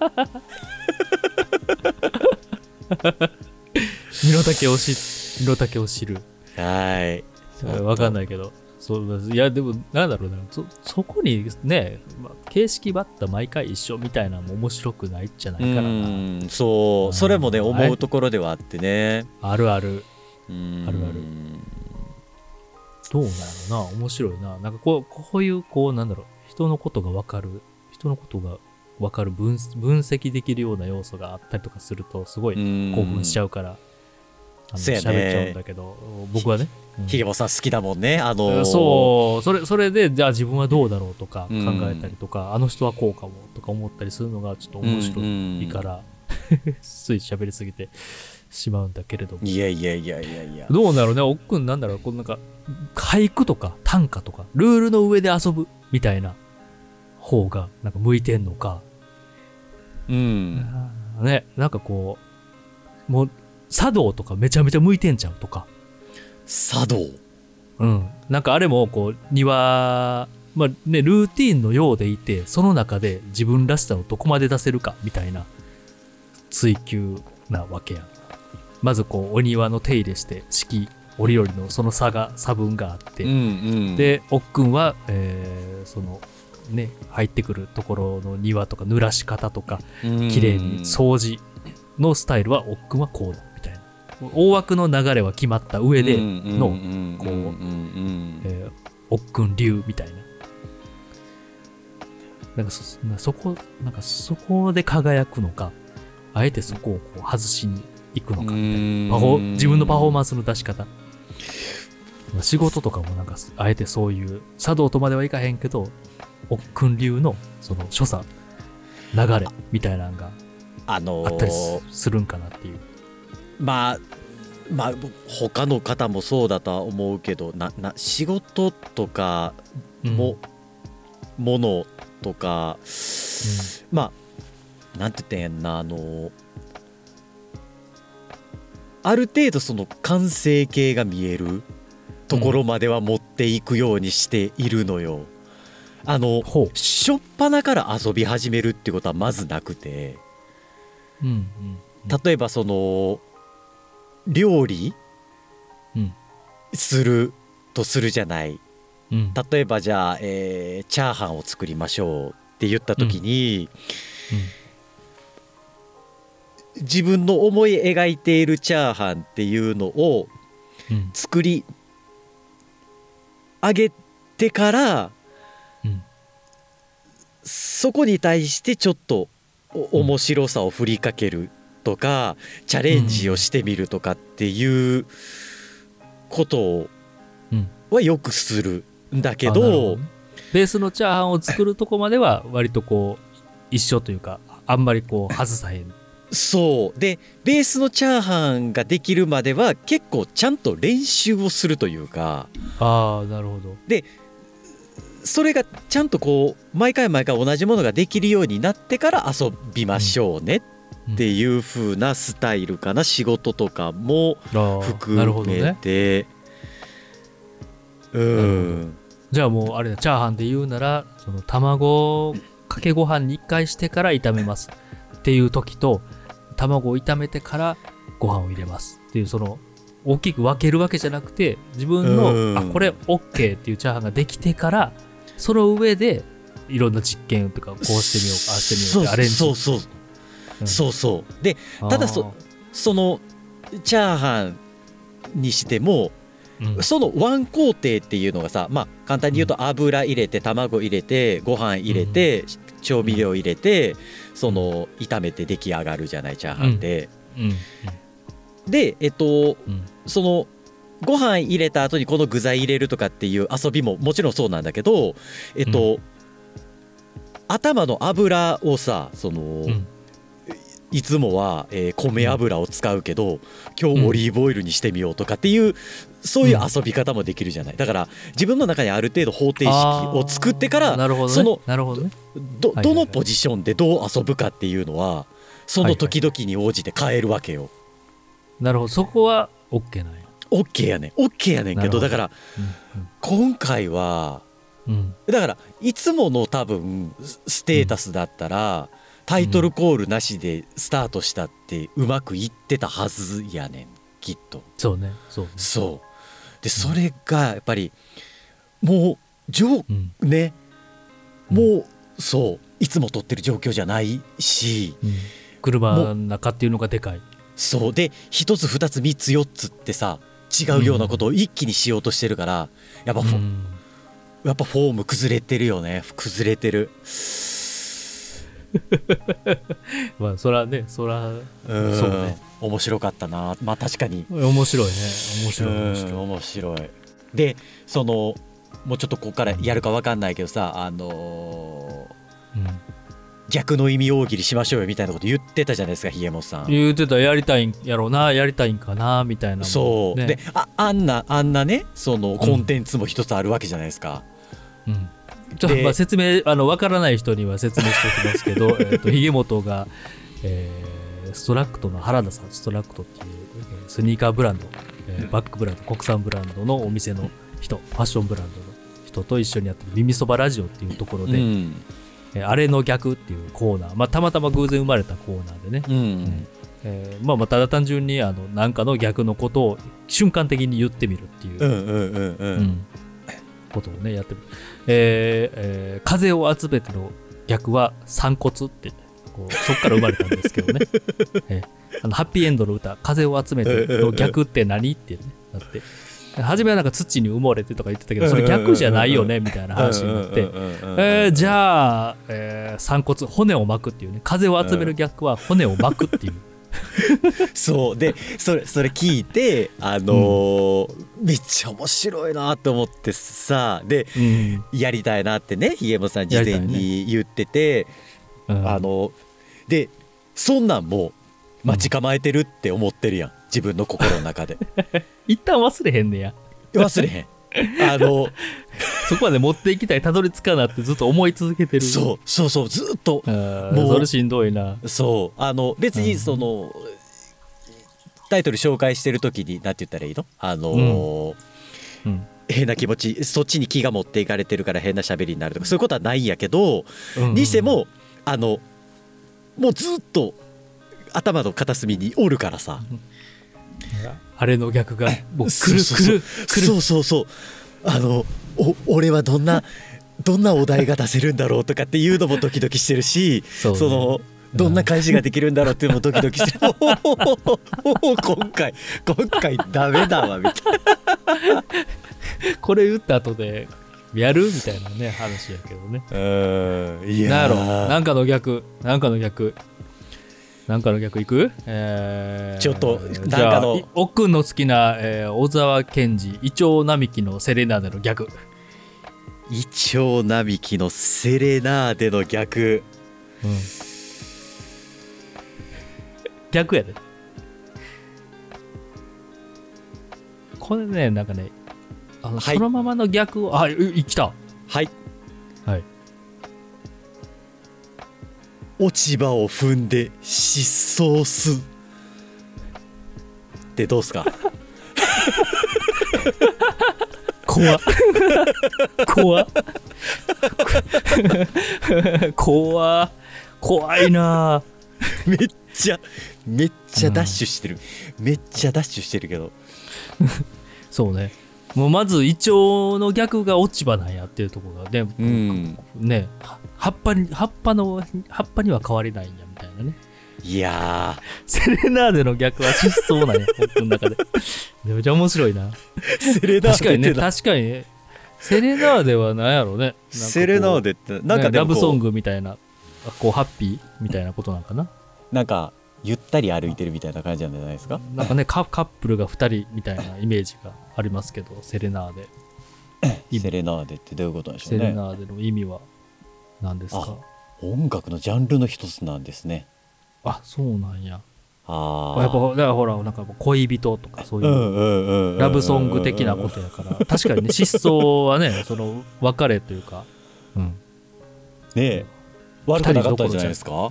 身の丈を知る。 はい分かんないけど、そういやでもなんだろうな、そこにね、形式ばった毎回一緒みたいなのも面白くないじゃないからな。 そうそれもね思うところではあってね。 あるあるどうなのな、面白いな。なんかこういうなんだろう、人のことが分かる分析できるような要素があったりとかするとすごい興奮しちゃうから喋っちゃうんだけど、僕はね、 ひげもさん好きだもんね。 そうそれでじゃあ自分はどうだろうとか考えたりとか、あの人はこうかもとか思ったりするのがちょっと面白いから、つい喋りすぎてしまうんだけれども。いやどうなるね、おっくん。なんだろう、なんか俳句とか短歌とかルールの上で遊ぶみたいな方がなんか向いてんのか。ね、なんかもう茶道とかめちゃめちゃ向いてんちゃうとか。 茶道、 なんかあれも庭、ルーティーンのようでいて、その中で自分らしさをどこまで出せるかみたいな追求なわけやん。まずお庭の手入れして四季折々のその差分があって、でおっくんは、そのね入ってくるところの庭とか濡らし方とか綺麗に掃除のスタイルはおっくんはこうだみたいな大枠の流れは決まった上でのおっくん流みたいな、なんかそこで輝くのか、あえてそこを外しに行くのかみたいな、自分のパフォーマンスの出し方、仕事とかもなんかあえてそういう茶道とまではいかへんけどおっくん流のその所作流れみたいなのがあったりするんかなっていう。 まあ他の方もそうだとは思うけど、仕事とかものとか、なんて言ってんやんな、ある程度その完成形が見えるところまでは持っていくようにしているのよ。初っ端から遊び始めるってことはまずなくて、例えばその料理するとするじゃない。例えばじゃあ、チャーハンを作りましょうって言った時に、自分の思い描いているチャーハンっていうのを作り上げてから、そこに対してちょっと面白さを振りかけるとか、チャレンジをしてみるとかっていうことはよくするんだけど、 ベースのチャーハンを作るとこまでは割と一緒というか、あんまり外さへん。 そうで、ベースのチャーハンができるまでは結構ちゃんと練習をするというか。 なるほど。 でそれがちゃんと毎回同じものができるようになってから遊びましょうねっていう風なスタイルかな。仕事とかも含めて、 じゃあもうあれだ、チャーハンで言うならその卵かけご飯に1回してから炒めますっていう時と、卵を炒めてからご飯を入れますっていう、その大きく分けるわけじゃなくて、自分のこれ OK っていうチャーハンができてから、その上でいろんな実験とかこうしてみようかああしてみようってアレンジ。 そうで、ただそのチャーハンにしても、そのワン工程っていうのがさ、簡単に言うと油入れて卵入れてご飯入れて調味料入れてその炒めて出来上がるじゃない、チャーハンって。でそのご飯入れた後にこの具材入れるとかっていう遊びももちろんそうなんだけど、頭の油をさ、そのいつもは、米油を使うけど今日オリーブオイルにしてみようとかっていう、そういう遊び方もできるじゃない。だから自分の中にある程度方程式を作ってから、そのどのポジションでどう遊ぶかっていうのはその時々に応じて変えるわけよ。 なるほど、そこは OK なんや。 OK やねん OK やねんけど、だから今回はだからいつもの多分ステータスだったらタイトルコールなしでスタートしたってうまくいってたはずやねん、きっと。 そうね。 でそれがやっぱりもうね、もうそういつも撮ってる状況じゃないし、 車の中っていうのがでかい。 そうで1つ2つ3つ4つってさ違うようなことを一気にしようとしてるから、やっぱフォーム崩れてるよね。崩れてるまあそらね、そうね、 面白かったな。まあ確かに面白いね。 面白い。でそのもうちょっとここからやるか分かんないけどさ、逆の意味大喜利しましょうよみたいなこと言ってたじゃないですか、ひげもさん。 言ってた。やりたいんやろうな、やりたいんかなみたいな、ね、 そうであんなね、そのコンテンツも一つあるわけじゃないですか。 ちょっと説明分からない人には説明しておきますけどひげもとが、ストラクトの原田さん、ストラクトっていうスニーカーブランド、バッグブランド、国産ブランドのお店の人、ファッションブランドの人と一緒にやってる耳そばラジオっていうところで、あれの逆っていうコーナー、たまたま偶然生まれたコーナーでね、ただ単純になんかの逆のことを瞬間的に言ってみるっていうことをねやってる。風を集めての逆は散骨ってこうそっから生まれたんですけどねハッピーエンドの歌、風を集めての逆って何ってねなって、初めはなんか土に埋もれてとか言ってたけど、それ逆じゃないよねみたいな話になって、じゃあ、散骨、骨を巻くっていうね、風を集める逆は骨を巻くっていうそうでそれ聞いてめっちゃ面白いなと思ってさ、で、やりたいなってねひげもさん事前に言ってて、でそんなんも待ち構えてるって思ってるやん、自分の心の中で一旦忘れへんねや。 忘れへんそこまで持っていきたい、たどり着かなってずっと思い続けてる。 そうずっともうそれしんどいな。 そう別にその、タイトル紹介してる時に何て言ったらいいの、変な気持ち、そっちに気が持っていかれてるから変な喋りになるとかそういうことはないんやけど、にしてももうずっと頭の片隅におるからさ、 あれの逆がもう来る。 そう俺はどんなお題が出せるんだろうとかっていうのもドキドキしてるし、そのどんな返しができるんだろうっていうのもドキドキしてる今回ダメだわみたいなこれ打った後でやるみたいなね話やけどね。 いやなんやろ、なんかの逆いく？ ちょっとなんかの奥の好きな、小沢健二、イチョウ並木のセレナーデの逆。 イチョウ並木のセレナーデの逆、 逆やで。これね、なんかね、そのままの逆を来た。 はい落ち葉を踏んで失踪すってどうすか怖いな。 めっちゃダッシュしてる、けどそうね、もうまずイチョウの逆が落ち葉なんやっていうところがね、ね、葉っぱには変わりないんやみたいなね。 いやセレナーデの逆は失踪なんや僕の中で。めっちゃ面白いな。 セレナーデって確かにね。セレナーデは何やろうね。 セレナーデってなんかでもラブソングみたいな、こうハッピーみたいなことなんかな。 なんかゆったり歩いてるみたいな感じなんじゃないですか。 なんかね、カップルが2人みたいなイメージがありますけど、セレナーデ。 セレナーデってどういうことなんでしょうね。 セレナーデの意味は何ですか。 音楽のジャンルの一つなんですね。 あ、そうなんや。やっぱだからほらなんか恋人とかそういうラブソング的なことやから、確かにね、失踪はね、その別れというか、ねえ、悪くなかったんじゃないですか。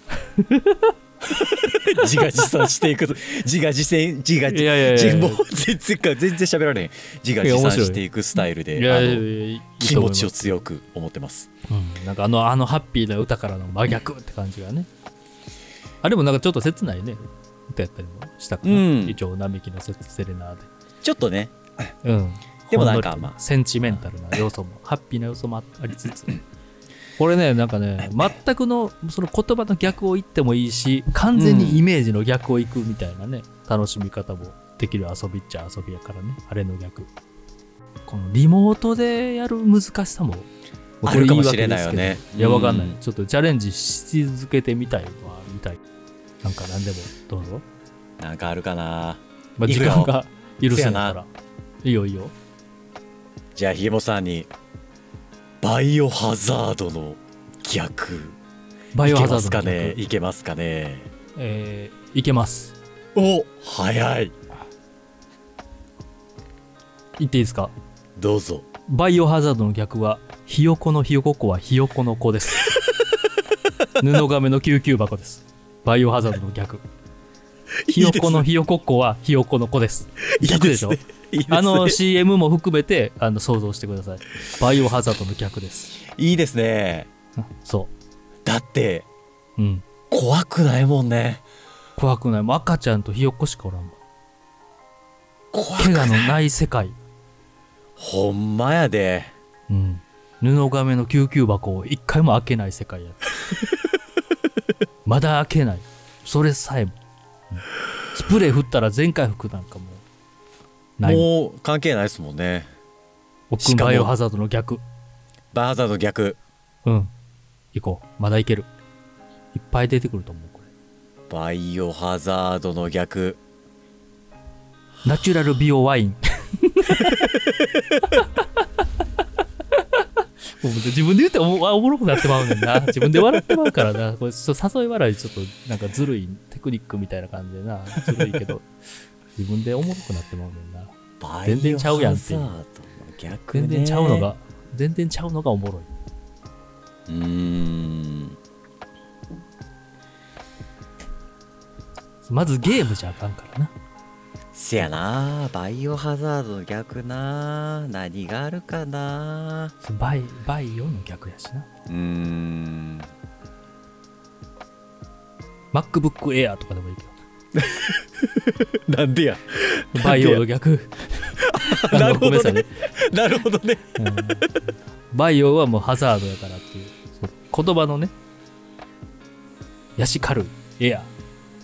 自画自賛していく、自画自賛、もう全然喋られへん、自画自賛していくスタイルで気持ちを強く思ってます。 なんかあのハッピーな歌からの真逆って感じがね。あれもなんかちょっと切ないね歌やったりもしたかな。イチョウ並木のセレナーでちょっとね、でもなんかまあセンチメンタルな要素もハッピーな要素もありつつ、これね、なんかね、全くのその言葉の逆を言ってもいいし、完全にイメージの逆をいくみたいなね、楽しみ方もできる遊びっちゃ遊びやからね。あれの逆、このリモートでやる難しさもあるかもしれないよね。 いや、わかんない。ちょっとチャレンジし続けてみたいはみたい。なんか何でもどうぞ。 なんかあるかな。 まあ、時間が許せんから。いいよいいよ。 じゃあひげもさんにバイオハザードの逆、 バイオハザードの逆いけますかね。 いけます。 お、早い。 言っていいですか。 どうぞ。 バイオハザードの逆はひよこのひよこっこはひよこの子です。布亀の救急箱です。バイオハザードの逆。ひよこのひよこっこはひよこの子です。逆でしょ。CM も含めて想像してください。バイオハザードの逆です。 いいですね。 そうだって、怖くないもんね。 怖くない。もう赤ちゃんとひよっこしかおらんもん。怪我のない世界。 ほんまやで。 布亀の救急箱を一回も開けない世界や。まだ開けない。それさえも、スプレー振ったら全回復なんかもうない。 もう関係ないですもんね。 バイオハザードの逆。 バイオハザードの逆。 行こう。まだいける。いっぱい出てくると思うこれ。バイオハザードの逆。 ナチュラルビオワイン。自分で言っておもろくなってまうねんな。自分で笑ってまうからな。これ誘い笑いちょっとなんかずるいテクニックみたいな感じでな。ずるいけど自分でおもろくなってまうねんな。全然ちゃうやんっていう。全然ちゃうのがおもろい。まずゲームじゃあかんからな。 せやな。バイオハザードの逆な。何があるかな。 バイオの逆やしな。MacBook Air とかでもいいけど。なんでや。 バイオの逆。 なるほどね。なるほどね。 バイオはもうハザードやからっていう言葉のね。ヤシカルエア。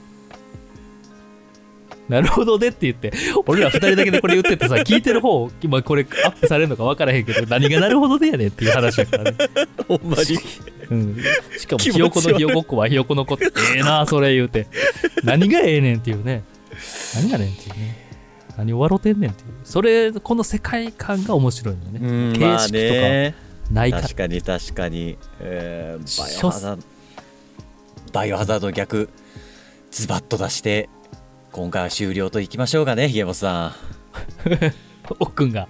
なるほどねって言って、俺ら2人だけでこれ言っててさ、聞いてる方、今これアップされるのか分からへんけど、何がなるほどねやねんっていう話やからね。 ほんまに。 しかもひよこのひよこっこはひよこの子ってええなそれ言うて、何がええねんっていうね。何やねんっていうね。何を笑ってんねんっていう。この世界観が面白いのね。形式とかないから。 確かに確かに。バイオハザードの逆、ズバッと出して、今回は終了といきましょうかね、ひげもさん。 おっくんが。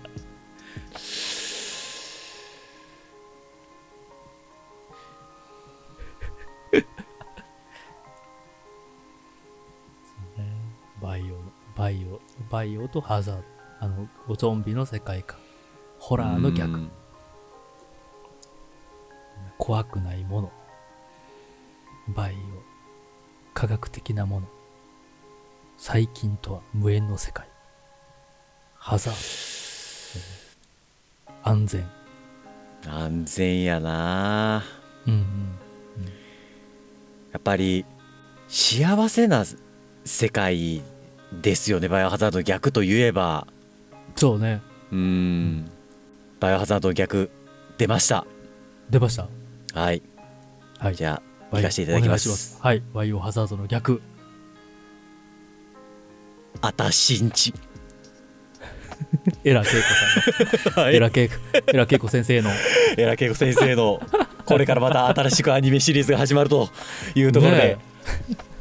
バイオとハザード。ゾンビの世界観。ホラーの逆。怖くないもの。バイオ。科学的なもの。細菌とは無縁の世界。ハザード。 安全やな。やっぱり幸せな世界ですよね。バイオハザードの逆といえば。 そうね。 バイオハザードの逆出ました。はい、じゃあ聞かせていただきます。 はい。バイオハザードの逆。 あたしんち。 エラ恵子さんの、エラ恵子先生のこれからまた新しくアニメシリーズが始まるというところで、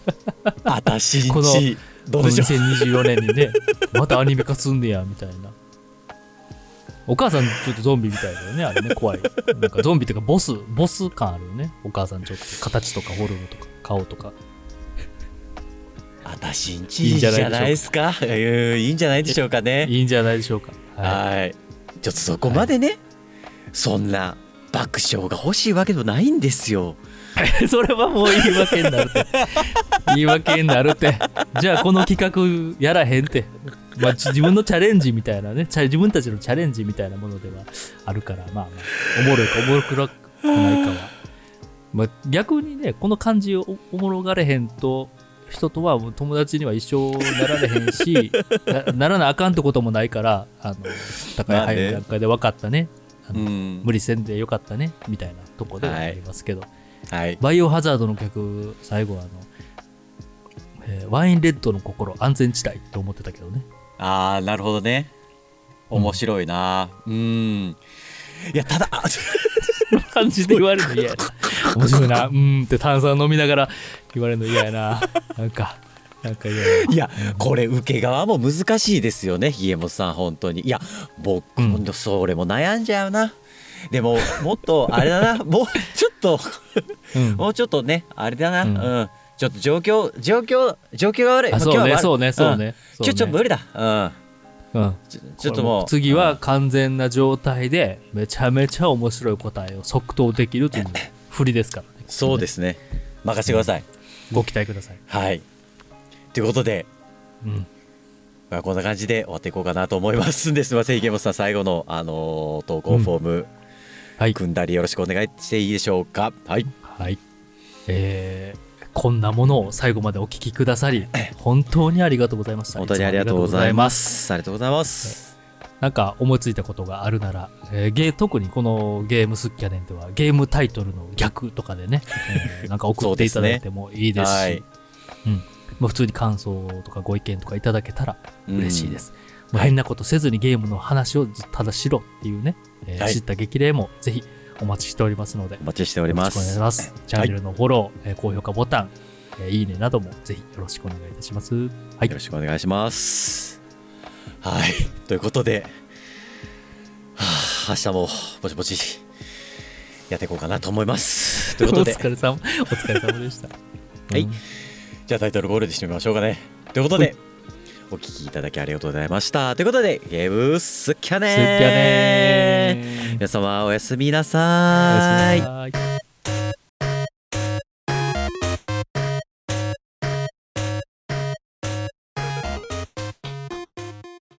あたしんちどうでしょう。 2024年にねまたアニメ化すんねやみたいな。お母さんちょっとゾンビみたいだよねあれね。怖い。なんかゾンビっていうかボス感あるよね。お母さんちょっと形とかフォルムとか顔とか。 あたしんちいいんじゃないですか。いいんじゃないでしょうかね。 いいんじゃないでしょうか。 はい。ちょっとそこまでね、はい、そんな爆笑が欲しいわけでもないんですよ。 それはもう言い訳になるって言い訳になるって。じゃあこの企画やらへんって、まあ、自分のチャレンジみたいなね、自分たちのチャレンジみたいなものではあるから、まあおもろいかおもろくないかは、まあ、逆にねこの感じをおもろがれへんと人とは友達には一生なられへんしならなあかんってこともないから、高い早い段階で分かったね、無理せんでよかったねみたいなとこではありますけど、はい、バイオハザードの曲最後はワインレッドの心安全地帯って思ってたけどね。 あーなるほどね。面白いな。いやただ感じで言われるの嫌やな。面白いなって炭酸飲みながら言われるの嫌やな。なんか嫌や。 いやこれ受け側も難しいですよねひげもさん本当に。いや僕、それも悩んじゃうな。でももっとあれだなもうちょっともうちょっとねあれだな、ちょっと状況が悪い。 そうね、ちょっと無理だ。ちょっともう次は完全な状態でめちゃめちゃ面白い答えを即答できるという振りですからね。 そうですね。任せてください。 ご期待ください。 はい。ということで、まあ、こんな感じで終わっていこうかなと思いますんで、すみません池本さん最後の投稿フォーム、組んだりよろしくお願いしていいでしょうか。はい。 はい。こんなものを最後までお聞きくださり本当にありがとうございました。 本当にありがとうございます。ありがとうございます。 なんか思いついたことがあるなら、特にこのゲームスッキャネンではゲームタイトルの逆とかでね、なんか送っていただいてもいいですし、まあ、普通に感想とかご意見とかいただけたら嬉しいです。もう変なことせずにゲームの話をただしろっていうね、知った激励もぜひお待ちしておりますので、 お待ちしております。 よろしくお願いします。チャンネルのフォロー、高評価ボタン、いいねなどもぜひよろしくお願いいたします。はい、 よろしくお願いします。はい、ということで、明日もぼちぼちやっていこうかなと思います。ということで、 お疲れ様でした。 はい、じゃあタイトルゴールで締めましょうかね。ということで、お聞きいただきありがとうございました。ということで、ゲームスキャネー。皆様おやすみなさい。